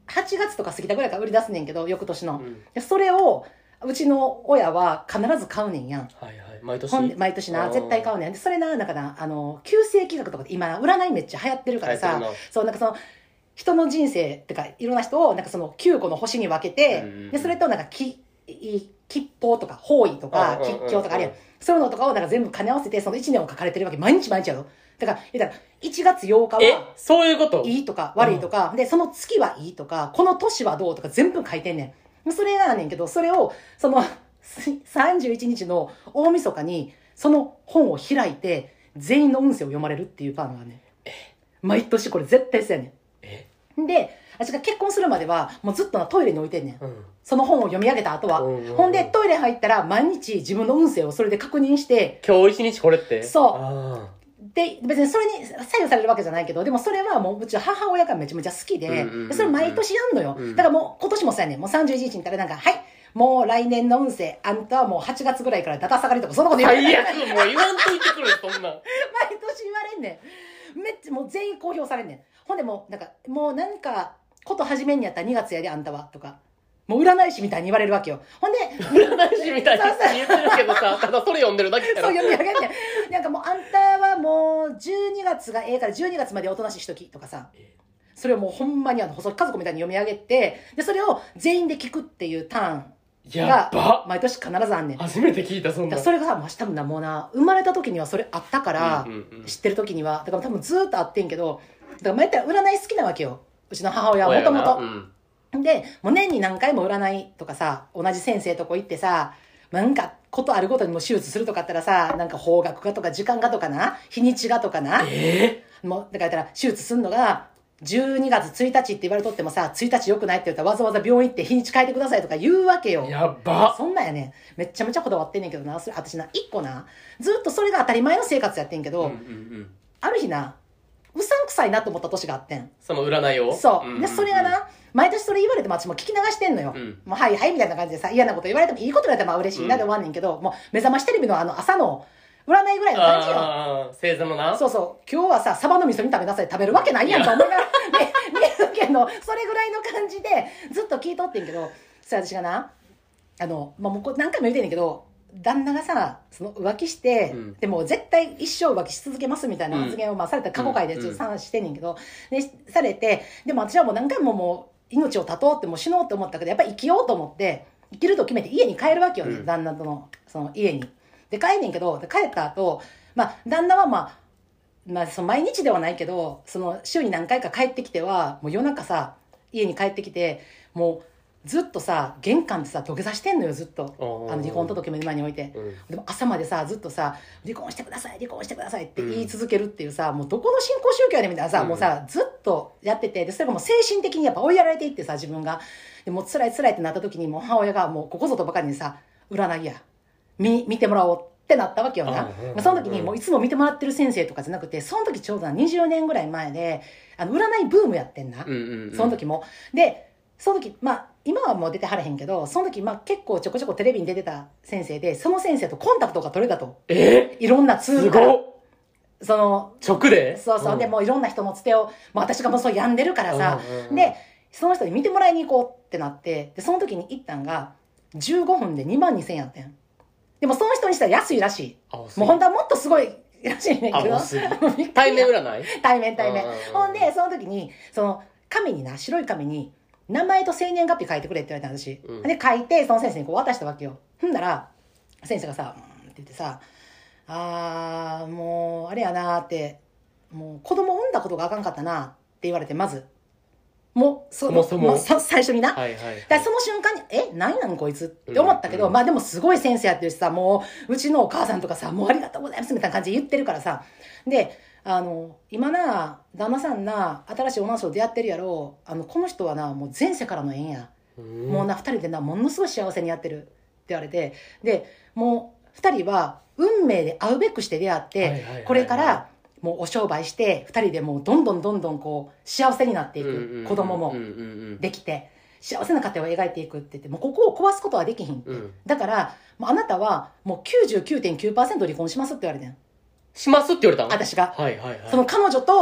はちがつとか過ぎたぐらいから売り出すねんけど、翌年の。 うん、 でそれを、うちの親は必ず買うねんやん。 はいはい。毎年ほん毎年な、絶対買うねん。で、それな、なんかな、あの、旧世紀学とかで今、占いめっちゃ流行ってるからさ、そう、なんかその、人の人生ってか、いろんな人を、なんかそのきゅうこの星に分けて、うんうんうん、で、それとなんか、き、吉報とか、方位とか、吉凶とかあるやん。そういうのとかをなんか全部兼ね合わせて、そのいちねんを書かれてるわけ。毎日毎日やろ。だから、言ったら、いちがつようかは、 え、そういうこといいとか、悪いとか、で、その月はいいとか、この年はどうとか全部書いてんねん。それなんねんけど、それを、その、さんじゅういちにちの大晦日に、その本を開いて、全員の運勢を読まれるっていうパンがね。毎年これ絶対そうやねん。で、私が結婚するまでは、もうずっとなトイレに置いてんねん。うん、その本を読み上げた後は。うんうんうん、ほんで、トイレ入ったら、毎日自分の運勢をそれで確認して。 今日一日これって。 そう。で、別にそれに左右されるわけじゃないけど、でもそれはもううち母親がめちゃめちゃ好きで、うんうんうん、でそれ毎年やんのよ。うん、だからもう今年もそうやねん。もうさんじゅういちにちに行ったらなんか、はい。もう来年の運勢、あんたはもうはちがつぐらいからだだ下がりとか、そんなこと言われ最悪、もう言わんといてくれ、そんな。毎年言われんねん。めっちゃもう全員公表されんねん。ほんでもう、なんか、もう何か、こと始めんにやったらにがつやで、あんたは、とか。もう占い師みたいに言われるわけよ。ほんで、 占い師みたいに言ってるけどさ、ただそれ読んでるだけやろ。 そう読み上げんねん。なんかもう、あんたはもう、じゅうにがつがええからじゅうにがつまでおとなしいしとき、とかさ。それをもうほんまにあの、細い家族みたいに読み上げて、で、それを全員で聞くっていうターン。が毎年必ずあんねん。 初めて聞いた、そんな。 それがさ、多分な、もうな、生まれた時にはそれあったから、うんうんうん、知ってる時には。だから多分ずーっとあってんけど、だから前言ったら占い好きなわけよ。うちの母親はもともと。で、もう年に何回も占いとかさ、同じ先生とこ行ってさ、なんかことあるごとにも手術するとかあったらさ、なんか方角がとか時間がとかな、日にちがとかな。 えー、もう、だから言ったら手術すんのが、じゅうにがつついたちって言われとってもさ、ついたち良くないって言ったらわざわざ病院行って日にち変えてくださいとか言うわけよ。 やっば。 そんなんやねん。めっちゃめちゃこだわってんねんけどな。それ私な、一個な、ずっとそれが当たり前の生活やってんけど、うんうんうん、ある日な、うさんくさいなと思った年があってん。 その占いをそう。うんうんうん、で、それがな、毎年それ言われても私も聞き流してんのよ。うん、もうはいはいみたいな感じでさ、嫌なこと言われてもいいこと言われても嬉しいなで終わんねんけど、うん、もう目覚ましテレビのあの朝の、占いぐらいの感じよ。 ああ、星座のな。 そうそう。今日はさ、サバの味噌煮食べなさい。食べるわけないやんと思いながら、ね、見るけど、それぐらいの感じで、ずっと聞いとってんけど、それ私がな、あの、まあ、もう何回も言うてんねんけど、旦那がさ、その浮気して、うん、でも絶対一生浮気し続けますみたいな発言を、まあ、された過去回でちょっと話してんねんけど、うんうん、で、されて、でも私はもう何回ももう命を絶とうってもう死のうと思ったけど、やっぱり生きようと思って、生きると決めて家に帰るわけよね、うん、旦那との、その家に。で、帰んねんけど、帰った後、まあ、旦那はまあ、まあ、その毎日ではないけど、その週に何回か帰ってきては、もう夜中さ、家に帰ってきて、もうずっとさ、玄関でさ、土下座してんのよ、ずっと。あの、離婚届も今に置いて。うん、でも朝までさ、ずっとさ、離婚してください、離婚してくださいって言い続けるっていうさ、うん、もうどこの新興宗教やねんみたいなさ、うん、もうさ、ずっとやってて、で、それがもう精神的にやっぱ追いやられていってさ、自分が。でもう辛い辛いってなった時に、もう母親がもうここぞとばかりにさ、占いや、見、見てもらおうってなったわけよな。その時にもういつも見てもらってる先生とかじゃなくて、その時ちょうどにじゅうねんぐらい前で、あの、占いブームやってんな。うんうんうん、その時も。で、その時、まあ、今はもう出てはれへんけど、その時、まあ結構ちょこちょこテレビに出てた先生で、その先生とコンタクトが取れたと。 えいろんなツールから。その、 直でそうそう。うん、で、もういろんな人のつてを、まあ私がもうそう病んでるからさ、うんうんうん、で、その人に見てもらいに行こうってなって、で、その時に行ったんが、じゅうごふんでにまんにせんえんやってん。でもその人にしたら安いらしい。もう本当はもっとすごいらしいねんけど。 対面占い対面対面。ほんで、その時に、その、紙にな、白い紙に、名前と生年月日書いてくれって言われた私。うん、で、書いて、その先生にこう渡したわけよ。ほんなら、先生がさ、うんって言ってさ、あー、もう、あれやなーって、もう子供産んだことがあかんかったなって言われて、まず。もう、 そもそも、 まあ、最初にな。 はいはいはい、 だからその瞬間に、え、何なんこいつって思ったけど、うんうん、まあでもすごい先生やってるしさ、もう、うちのお母さんとかさ、もうありがとうございますみたいな感じで言ってるからさ。で、あの、今な、旦那さんな、新しい女の人と出会ってるやろ、あの、この人はな、もう前世からの縁や。うん、もうな、二人でな、ものすごい幸せにやってるって言われて、で、もう、二人は運命で会うべくして出会って、はいはいはいはい、これから、もうお商売して二人でもうどんどんどんどんこう幸せになっていく、子供もできて幸せな家庭を描いていくって言って、もうここを壊すことはできひんって、うん、だからもうあなたはもう きゅうじゅうきゅうてんきゅうパーセント 離婚しますって言われてん。 しますって言われたの私が、 はいはいはい、 その彼女と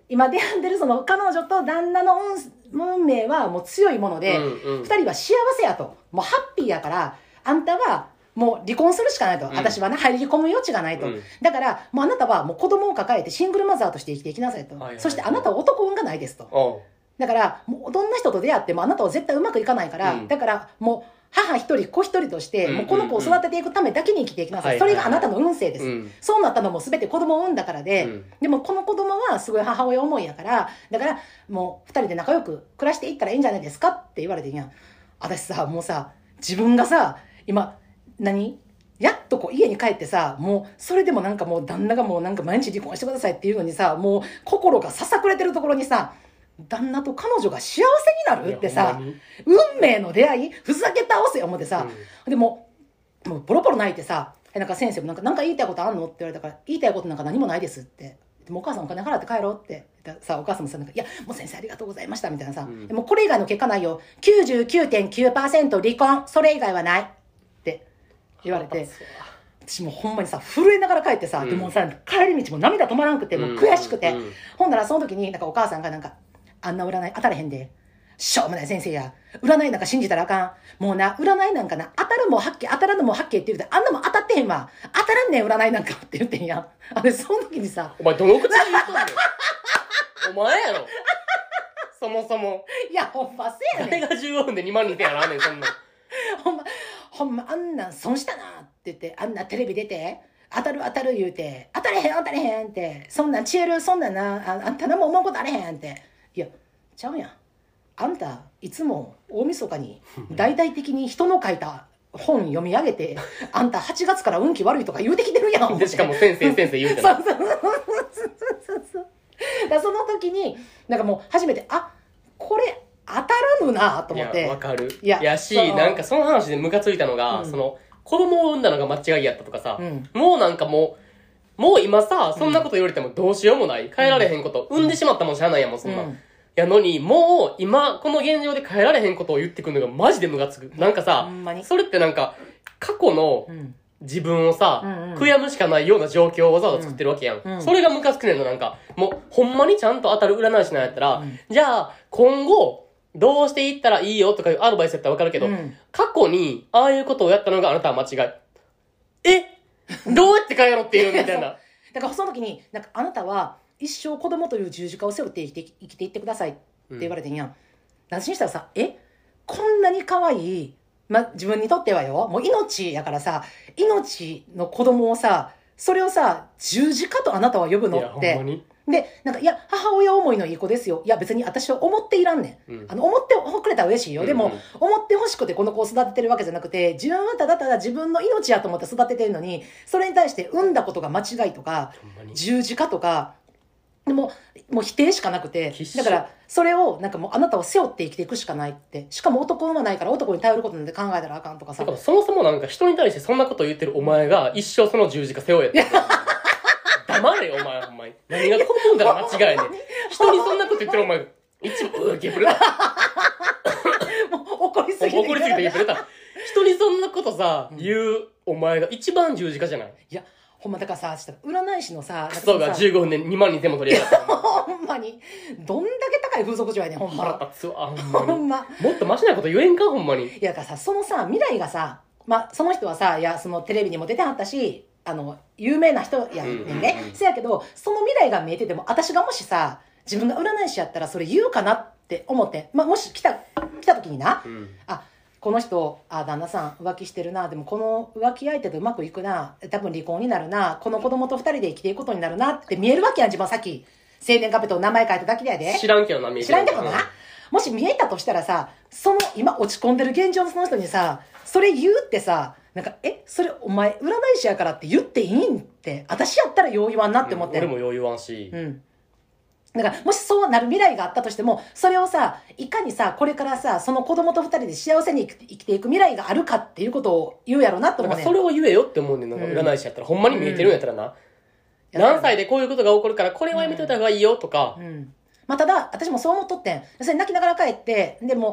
今出会ってるその彼女と旦那の運運命はもう強いもので、 うんうん、 二人は幸せやと。もうハッピーやから、あんたはもう離婚するしかないと。うん、私はね、入り込む余地がないと。うん、だから、もうあなたはもう子供を抱えてシングルマザーとして生きていきなさいと。はいはいはい、そしてあなたは男運がないですと。だから、もうどんな人と出会ってもあなたは絶対うまくいかないから、うん、だからもう母一人子一人として、もうこの子を育てていくためだけに生きていきなさい。うんうんうん、それがあなたの運勢です。はいはいはい、そうなったのも全て子供を産んだからで、うん、でもこの子供はすごい母親思いやから、だからもう二人で仲良く暮らしていったらいいんじゃないですかって言われてんやん。私さ、もうさ、自分がさ、今、何やっとこう家に帰ってさ、もうそれでもなんかもう旦那がもうなんか毎日離婚してくださいっていうのにさ、もう心がささくれてるところにさ、旦那と彼女が幸せになるってさ、運命の出会いふざけ倒せ思ってさ、うん、でも、もうポロポロ泣いてさ、なんか先生もなんか、なんか言いたいことあんのって言われたから、言いたいことなんか何もないですって。でもお母さんお金払って帰ろうってさ、お母さんもさ、なんか、いや、もう先生ありがとうございましたみたいなさ、うん、でもこれ以外の結果ないよ。きゅうじゅうきゅうてんきゅうパーセント 離婚、それ以外はないって言われて、私もうほんまにさ、震えながら帰ってさ、うん、でもさ、帰り道も涙止まらんくて、もう悔しくて、うんうんうん、ほんならその時になんかお母さんがなんか、あんな占い当たれへんで。しょうもない先生や。占いなんか信じたらあかん。もうな、占いなんかな、当たるも八卦、当たらぬも八卦って言うて、あんなもん当たってへんわ。当たらんねん、占いなんかって言ってんやん。あれ、その時にさ。 お前、どの口で言うとんねん。お前やろ。そもそも。 いや、ほんませやねん。 誰がじゅうごふんでにまんにんやらんねん、そんな。 ほんま、ほんま、あんなん損したなって言って、あんなテレビ出て、当たる当たる言うて、当たれへん当たれへんって、そんなん消える、そんなんな、あ, あんた何も思うことあれへんって。いや、ちゃうやん。あんた、いつも大晦日に大々的に人の書いた本読み上げて、あんたはちがつから運気悪いとか言うてきてるやん。 で、しかも先生先生言うてな。 そうそうそうそうそう。だその時に、なんかもう初めて、あ、これ当たらぬなと思って。 いや、わかる。いや、やし、なんかその話でムカついたのが、うん、その、子供を産んだのが間違いやったとかさ、うん、もうなんかもう、もう今さ、そんなこと言われてもどうしようもない。変えられへんこと。産んでしまったもんしゃあないやもん、そんな。うん、やのに、もう今、この現状で変えられへんことを言ってくるのがマジでムカつく。なんかさ、それってなんか、過去の自分をさ、うんうん、悔やむしかないような状況をわざわざ作ってるわけやん。うんうん、それがムカつくねんの、なんか。もう、ほんまにちゃんと当たる占い師なんやったら、うん、じゃあ、今後、どうしていったらいいよとかいうアドバイスやったらわかるけど、うん、過去に、ああいうことをやったのがあなたは間違い。えどうやって変えろっていうみたいな。 だからその時に、なんかあなたは一生子供という十字架を背負って生きて生きていってくださいって言われてんやん。うん、私にしたらさ、えこんなに可愛い、ま、自分にとってはよ、もう命やからさ、命の子供をさ、それをさ、十字架とあなたは呼ぶのって。いやほんまにで、なんか、いや、母親思いのいい子ですよ。いや、別に私は思っていらんねん。うん、あの、思ってくれたら嬉しいよ。でも、うんうん、思ってほしくてこの子を育ててるわけじゃなくて、自分はただただ自分の命やと思って育ててるのに、それに対して産んだことが間違いとか、十字架とか、でも、もう否定しかなくて、だから、それを、なんかもうあなたを背負って生きていくしかないって。しかも男はないから男に頼ることなんて考えたらあかんとかさ。 だからそもそもなんか人に対してそんなこと言ってるお前が一生その十字架背負えって。黙れよ、お前、お前。何が子供だから間違いねん。人にそんなこと言ってるお前、一番、うー、ゲブレた。 もう怒りすぎて。 怒りすぎてゲブレた。人にそんなことさ、うん、言うお前が一番十字架じゃない？ いや、ほんまだからさ、占い師のさ、 クソがじゅうごふんでにまんにんでも取り上げた。 ほんまに。どんだけ高い風俗嬢やねん、ほんま。 腹立つわ、ほんまに。 ほんま。 もっとマシなこと言えんか、ほんまに。 いや、だからさ、そのさ、未来がさ、まあ、その人はさ、いや、そのテレビにも出てはったし、あの、有名な人やねんね。せやけど、その未来が見えてても、私がもしさ、自分が占い師やったらそれ言うかなって思って、まあ、もし来た、来た時にな、うん、あ、この人、あ、旦那さん浮気してるな、でもこの浮気相手とうまくいくな、多分離婚になるな、この子供と二人で生きていくことになるなって見えるわけやん、自分はさっき。生年月日と名前書いただけやで。 知らんけどな、見えてる。 知らんけどな。もし見えたとしたらさ、その今落ち込んでる現状のその人にさ、それ言うってさ、なんか、え、それお前占い師やからって言っていいんって、私やったらよう言わんなって思って、 うん。俺もよう言わんし。 うん。だから、もしそうなる未来があったとしても、それをさ、いかにさ、これからさ、その子供と二人で幸せに生きていく未来があるかっていうことを言うやろなと思うね。 それを言えよって思うねん。なんか占い師やったら、うん、ほんまに見えてるんやったらな。うん、何歳でこういうことが起こるから、これはやめといた方がいいよとか。 うん。うん、まあ、ただ、私もそう思っとってん。それ泣きながら帰って、でも、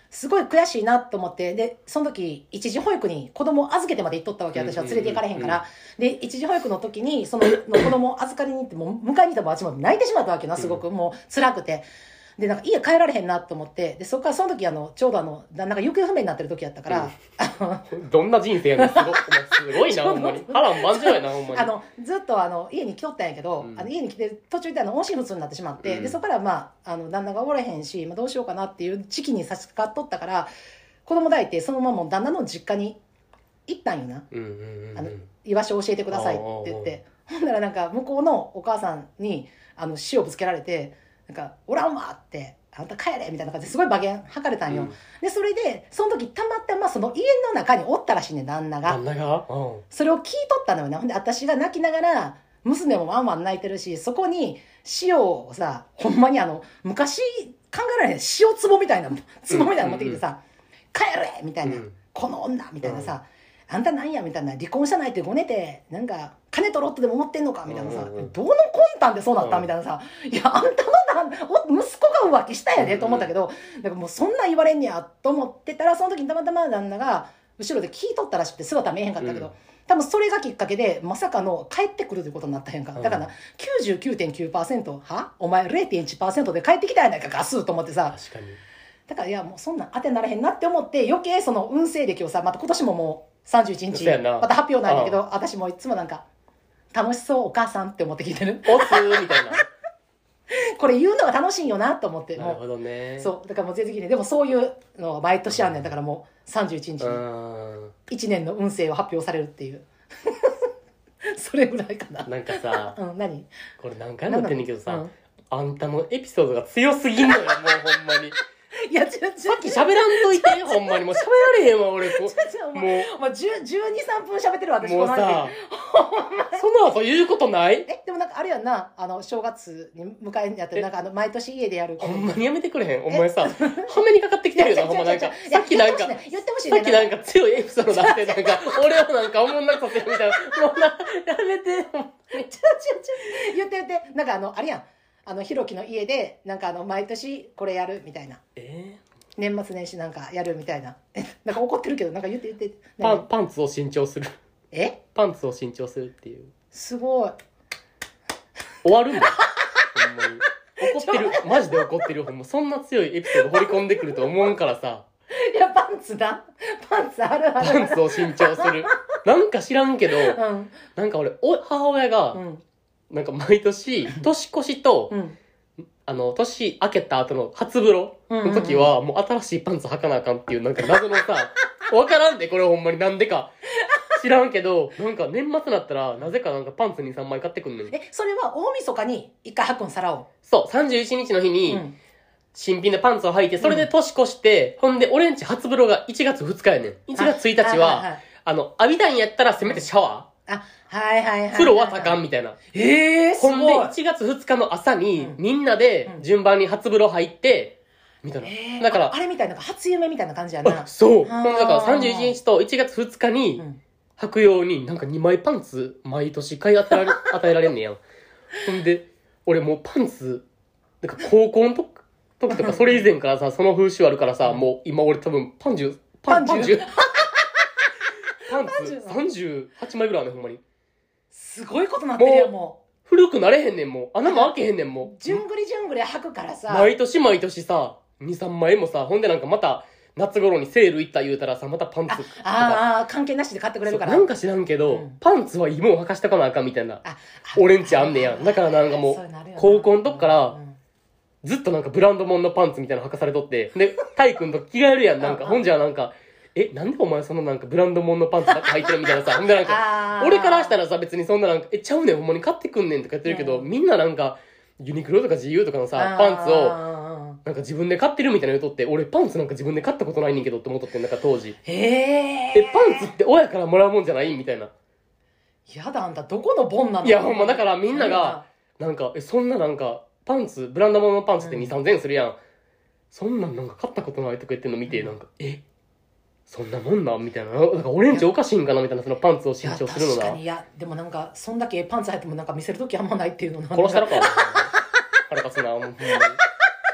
すごい悔しいなと思って、で、その時、一時保育に子供を預けてまで行っとったわけ、私は連れて行かれへんから。で、一時保育の時に、そのの子供を預かりに行って、もう迎えに行ったばあちも泣いてしまったわけな、すごく、もう辛くて。で、なんか家帰られへんなと思って、で、そこからその時、あの、ちょうどあの、旦那が行方不明になってる時やったから、 うん、どんな人生やねん、すごすごいな、ほんまに。波乱万丈やな、ほんまに。 あの、ずっとあの、家に来とったんやけど、うん、あの家に来て途中であの、音信不通になってしまって、うん、で、そこからまあ、あの、旦那がおれへんし、まあ、どうしようかなっていう時期に差し掛かっとったから、子供抱いて、そのまま旦那の実家に行ったんよな。 うんうんうんうん、 あの、居場所教えてくださいって言って。ほんならなんか、向こうのお母さんに、あの、死をぶつけられて、なんか、おらんわって、あんた帰れみたいな感じですごい馬券吐かれたんよ、うん、でそれでその時たまたまその家の中におったらしいね、旦那が。 旦那が、うん、 それを聞いとったのよね。ほんで私が泣きながら、娘もワンワン泣いてるし、そこに塩をさ、ほんまにあの昔考えられへん塩壺みたいな壺みたいなの持ってきてさ、うんうんうん、帰れみたいな、うん、この女みたいなさ、うん、あんたなんやみたいな、離婚したないってごねてなんか金取ろうってでも思ってんのかみたいなさ、うんうん、どの魂胆でそうなった、うん、みたいなさ、いやあんたの息子が浮気したやでと思ったけど、だからもうそんな言われんねやと思ってたら、その時にたまたま旦那が後ろで聞いとったらしくて姿見えへんかったけど、うん、多分それがきっかけでまさかの帰ってくるということになったへんか、うん、だから きゅうじゅうきゅうてんきゅうパーセント はお前 れいてんいちパーセント で帰ってきたやないかガスと思ってさ、 確かに。 だからいやもうそんなん当てにならへんなって思って、余計その運勢歴をさ、また今年ももうさんじゅういちにちまた発表なんだけど、私もいつもなんか楽しそうお母さんって思って聞いてるおつみたいなこれ言うのが楽しいよなと思って。 なるほどね。 そうだからもう全然聞いて、でもそういうのが毎年あんねん。だからもうさんじゅういちにちにいちねんの運勢を発表されるっていうそれぐらいかな。 なんかさ、 うん、何これ何回も言ってんねんけどさ、うん、あんたのエピソードが強すぎんのよもうほんまにいや、ちょ、ちょ、 さっき喋らんといて、ほんまに。もう喋られへんわ、俺。こちょ、ちょ、もう、もうじゅう、じゅうに、さんぷん喋ってるわ、私。 もうさ、その後言うことない？ え、でもなんかあれやんな、あの、正月に迎えにやってる、なんかあの、毎年家でやる。 ほんまにやめてくれへん。お前さ、はめにかかってきてるよな、ほんまなんか。さっきなんか、 言ってほしいね。 さっきなんか強いエピソード出して、なんか、俺をなんか思んなくさせるみたいな。もうな、やめて。ちょ、ちょ、ちょ、 言って言って、なんかあの、あれやん。あの、ひろきの家で、なんかあの、毎年これやるみたいな。 えー年末年始なんかやるみたいな。なんか怒ってるけど、なんか言って言って。 パン、パンツを新調する。 え？ パンツを新調するっていう。 すごい。 終わるんだよ。ほんまに。怒ってる。マジで怒ってる。ほんま。そんな強いエピソード掘り込んでくると思うんからさ。 いや、パンツだ。パンツあるある。 パンツを新調する。なんか知らんけど、うん、なんか俺、お母親が、うん、なんか毎年、年越しと、うんあの、年明けた後の初風呂の時は、もう新しいパンツ履かなあかんっていう、なんか謎のさ、わからんで、これほんまになんでか。知らんけど、なんか年末になったら、なぜかなんかパンツに、さんまい買ってくんねん。 え、それは大晦日に一回履くん、皿を。 そう、さんじゅういちにちの日に、新品でパンツを履いて、それで年越して、うん、ほんで、俺んち初風呂がいちがつふつかやねん。いちがつついたちは、あ、はいはい、あの、浴びたんやったらせめてシャワー。 あ、はいはいはい、はい。 風呂はたかんみたいな。 ええー、すごい。 ほんで、いちがつふつかの朝に、うん、みんなで順番に初風呂入って、みたいな。えー、だから、 あれみたいな、初夢みたいな感じやな。 そう。ほんで、だからさんじゅういちにちといちがつふつかに、履くように、なんかにまいパンツ、毎年買い与えられ、与えられんねやん。ほんで、俺もうパンツ、なんか高校の時とか、それ以前からさ、その風習あるからさ、もう今俺多分パンジュ、パン、パンジュパンツさんじゅうはちまいぐらいあるね、ほんまに。 すごいことなってるやん、もう。古くなれへんねん、もう。穴も開けへんねん、もう。 じゅんぐりじゅんぐり履くからさ。 毎年毎年さ、に、さんまいもさ、ほんでなんかまた、夏頃にセール行った言うたらさ、またパンツ。 ああ、関係なしで買ってくれるから。 なんか知らんけど、うん、パンツはいいもん履かしたかなあかんみたいな。俺んちあんねやん。だからなんかもう、高校の時から、ずっとなんかブランドもんのパンツみたいなの履かされとって、で、タイ君と着替えるやん、なんか。ほんじゃなんか、え、なんでお前そのなんかブランドもんのパンツだけ履いてるみたいなさ。ほんでなんか、俺からしたらさ、別にそんななんか、え、ちゃうねん、ほんまに買ってくんねんとか言ってるけど、みんななんか、ユニクロとか ジーユー とかのさ、パンツを、なんか自分で買ってるみたいな言うとって、俺パンツなんか自分で買ったことないねんけどって思っとってん、なんか当時。 へえ。え、パンツって親からもらうもんじゃないみたいな。 やだ、あんたどこのボンなの？ いや、ほんまだからみんなが、なんか、え、そんななんか、パンツ、ブランド物のパンツってに、さんぜんえんするやん。そんなんなんか買ったことないとか言ってんの見て、なんか、えそんなもんなみたいな。なんか俺んちおかしいんかなみたいな、そのパンツを新調するのが。 確かに、いや、でもなんか、そんだけパンツ入ってもなんか見せるときあんまないっていうのなんか。 殺したらか。腹立つな、もうほんまに。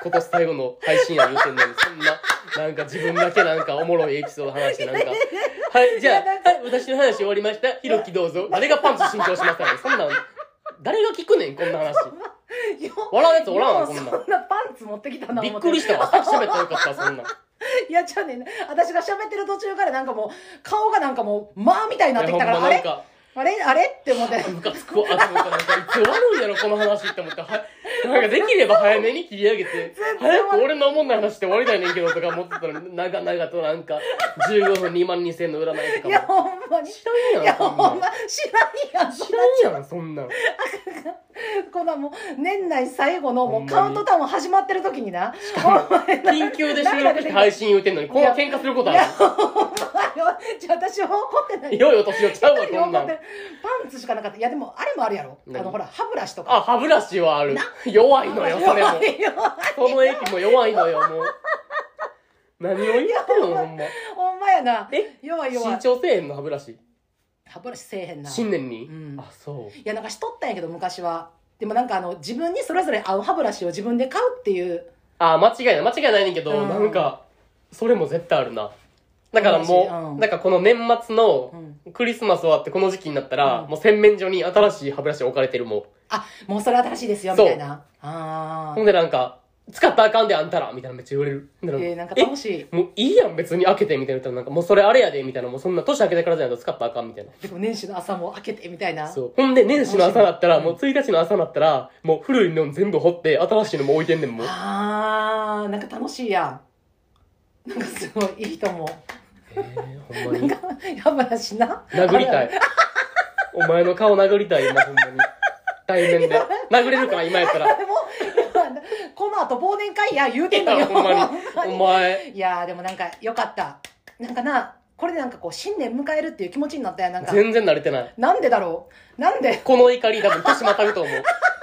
今年最後の配信や言うてんのに、そんな、なんか自分だけなんかおもろいエピソード話してなんか、はい、じゃあ、はい、私の話終わりました。ひろきどうぞ。誰がパンツ新調しますかね。そんなん、誰が聞くねん、こんな話。笑うやつおらんわ、こんなん。 そんなパンツ持ってきたな。 びっくりしたわ。さっき喋ったらよかったわ、そんなん。 いや、じゃあね、私が喋ってる途中からなんかもう、顔がなんかもう、まあみたいになってきたから、あれあれあれって思って。 ムカつくわ。あ、なんか、いつ終わるんやろ、この話って思って。は、なんかできれば早めに切り上げて、早く俺のおもんない話して終わりたいねんけどとか思ってたら、長々となんか、じゅうごふんにまんにせんの占いとかも。 いや、ほんまに。 知らんやん。いや、 ほんま、知らんやん。 知らんやん、そんなん。 こんなもう、年内最後のもうカウントダウン始まってる時にな。 緊急で収録して配信言うてんのに、こんな喧嘩することある。 じゃあ私は怒ってない。 よいお年をちゃうわ、こんなん。 パンツしかなかった。いや、でも、あれもあるやろ。あの、ほら、歯ブラシとか。 あ、歯ブラシはある。弱いのよ、それも。その液も弱いのよ、もう。何を言ってんの、ほんま。 ほんまやな。 え弱い弱い。 新調せえへんの、歯ブラシ。 歯ブラシせえへんな。 新年に、 うん、 あ、そう。 いや、なんかしとったんやけど、昔は。でもなんかあの、自分にそれぞれ合う歯ブラシを自分で買うっていう。 あ、間違いない。間違いないねんけど、うん、なんか、それも絶対あるな。だからもう、うん、なんかこの年末のクリスマス終わってこの時期になったら、うん、もう洗面所に新しい歯ブラシ置かれてるもん。 あ、もうそれ新しいですよ、みたいな。あほんでなんか、使ったらあかんであんたらみたいなめっちゃ言われる。 えー、なんか楽しい。 もういいやん別に開けてみたいな。なんかもうそれあれやでみたいな。もうそんな年明けてからじゃないと使ったらあかんみたいな。 でも年始の朝も開けてみたいな。 そう。ほんで年始の朝だったら、もうついたちの朝だったら、もう古いの全部掘って新しいのも置いてんねんもん。 あー、なんか楽しいやん。なんかすごいいいと思う。 えー、ほんまに。 なんか、歯ブラシな。 殴りたい。お前の顔殴りたい、今ほんまに。対面で。殴れるかな、今やったら。 でも、この後忘年会や言うてんのよ。 ほんまに。お前。 いやーでもなんかよかった。なんかな、これでなんかこう新年迎えるっていう気持ちになったやん。なんか。 全然慣れてない。 なんでだろうなんでこの怒り多分年またぐと思う。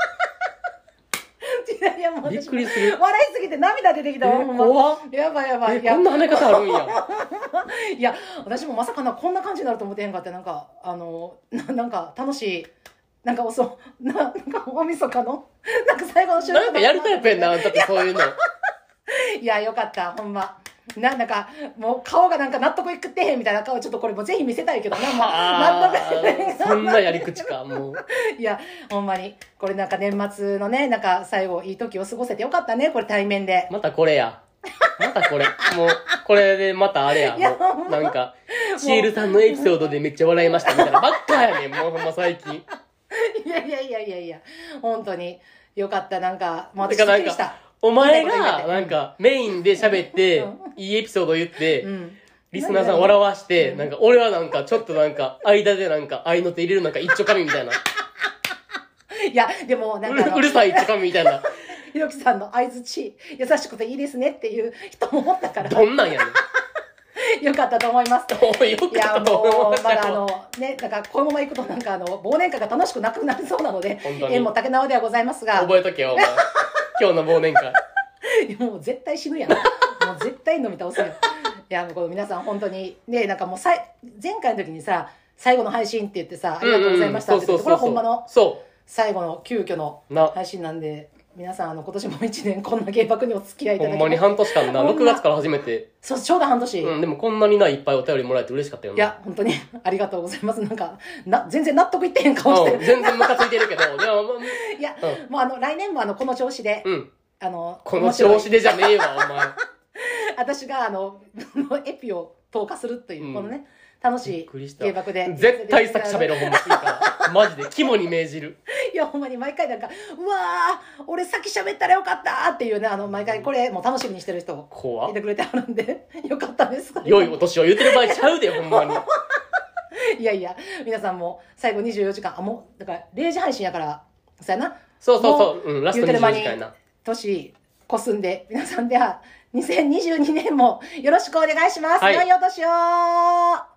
いやもうびっくりする。 笑いすぎて涙出てきたわ。 えー、怖っ。 やばいやばい。 こんな跳ね方あるんや。 いや、私もまさかな、こんな感じになると思ってへんかって、なんか、あの、ななんか楽しい。なんかおそ、な、なんか大晦日の、なんか最後の収録。なんかやるタイプやんな、あんたってそういうの。 いや、よかった、ほんま。な、なんか、もう顔がなんか納得いくってへんみたいな顔、ちょっとこれもぜひ見せたいけどな、もう納得そんなやり口か、もう。 いや、ほんまに。これなんか年末のね、なんか最後いい時を過ごせてよかったね、これ対面で。 またこれや。またこれ。もう、これでまたあれや。もうなんか、シエルさんのエピソードでめっちゃ笑いましたみたいなばっかやねん、もうほんま最近。 いやいやいやいやいや、本当に。よかった、なんか、もう私好きでした。 お前が、なんか、メインで喋って、いいエピソード言って、リスナーさん笑わして、なんか、俺はなんか、ちょっとなんか、間でなんか、合いの手入れるなんか、一丁紙みたいな。 いや、でも、なんか。 うるさい一丁紙みたいな。 ひろきさんの相づち、優しくていいですねっていう人も思ったから。 どんなんやねん。 よかったと思います。 よかったと思います。 いや、もう、まだあの、ね、なんか、このまま行くとなんかあの、忘年会が楽しくなくなりそうなので、縁も竹縄ではございますが。 覚えとけよ、お前。今日の忘年会。 もう絶対死ぬやん。もう絶対飲み倒すよ。いや、もうこの皆さん本当に、ね、なんかもうさい、前回の時にさ、最後の配信って言ってさ、ありがとうございましたって言って、これはほんまの、最後の急遽の配信なんで、皆さん、あの、今年も一年こんな芸爆にお付き合いいただきほんまに半年間な、ろくがつから初めて。 そう、ちょうど半年。 うん、でもこんなにないっぱいお便りもらえて嬉しかったよね。 いや、本当に、ありがとうございます。なんか、な、全然納得いってへん顔してる。 うん、全然ムカついてるけど、いや、 いや、うん、もうあの、来年もあの、この調子で、 うん。 あの、 この調子でじゃねえわ、お前。 私が、あの、エピを投下するという、うん、このね、楽しい芸爆で。 絶対さっき喋るほんまついから。マジで、肝に銘じる。 いや、ほんまに毎回なんか、うわー、俺さっき喋ったらよかったっていうね、あの、毎回これ、もう楽しみにしてる人、 怖いてくれてあるんで、よかったです。 良いお年を言ってる場合ちゃうで、ほんまに。 いやいや、皆さんも最後にじゅうよじかん、あ、もう、だかられいじ配信やから、そうやな。 そうそうそう、うん、ラストにじゅうよじかんやな。 年越すんで、皆さんでは、にせんにじゅうにねんもよろしくお願いします。良いお年を。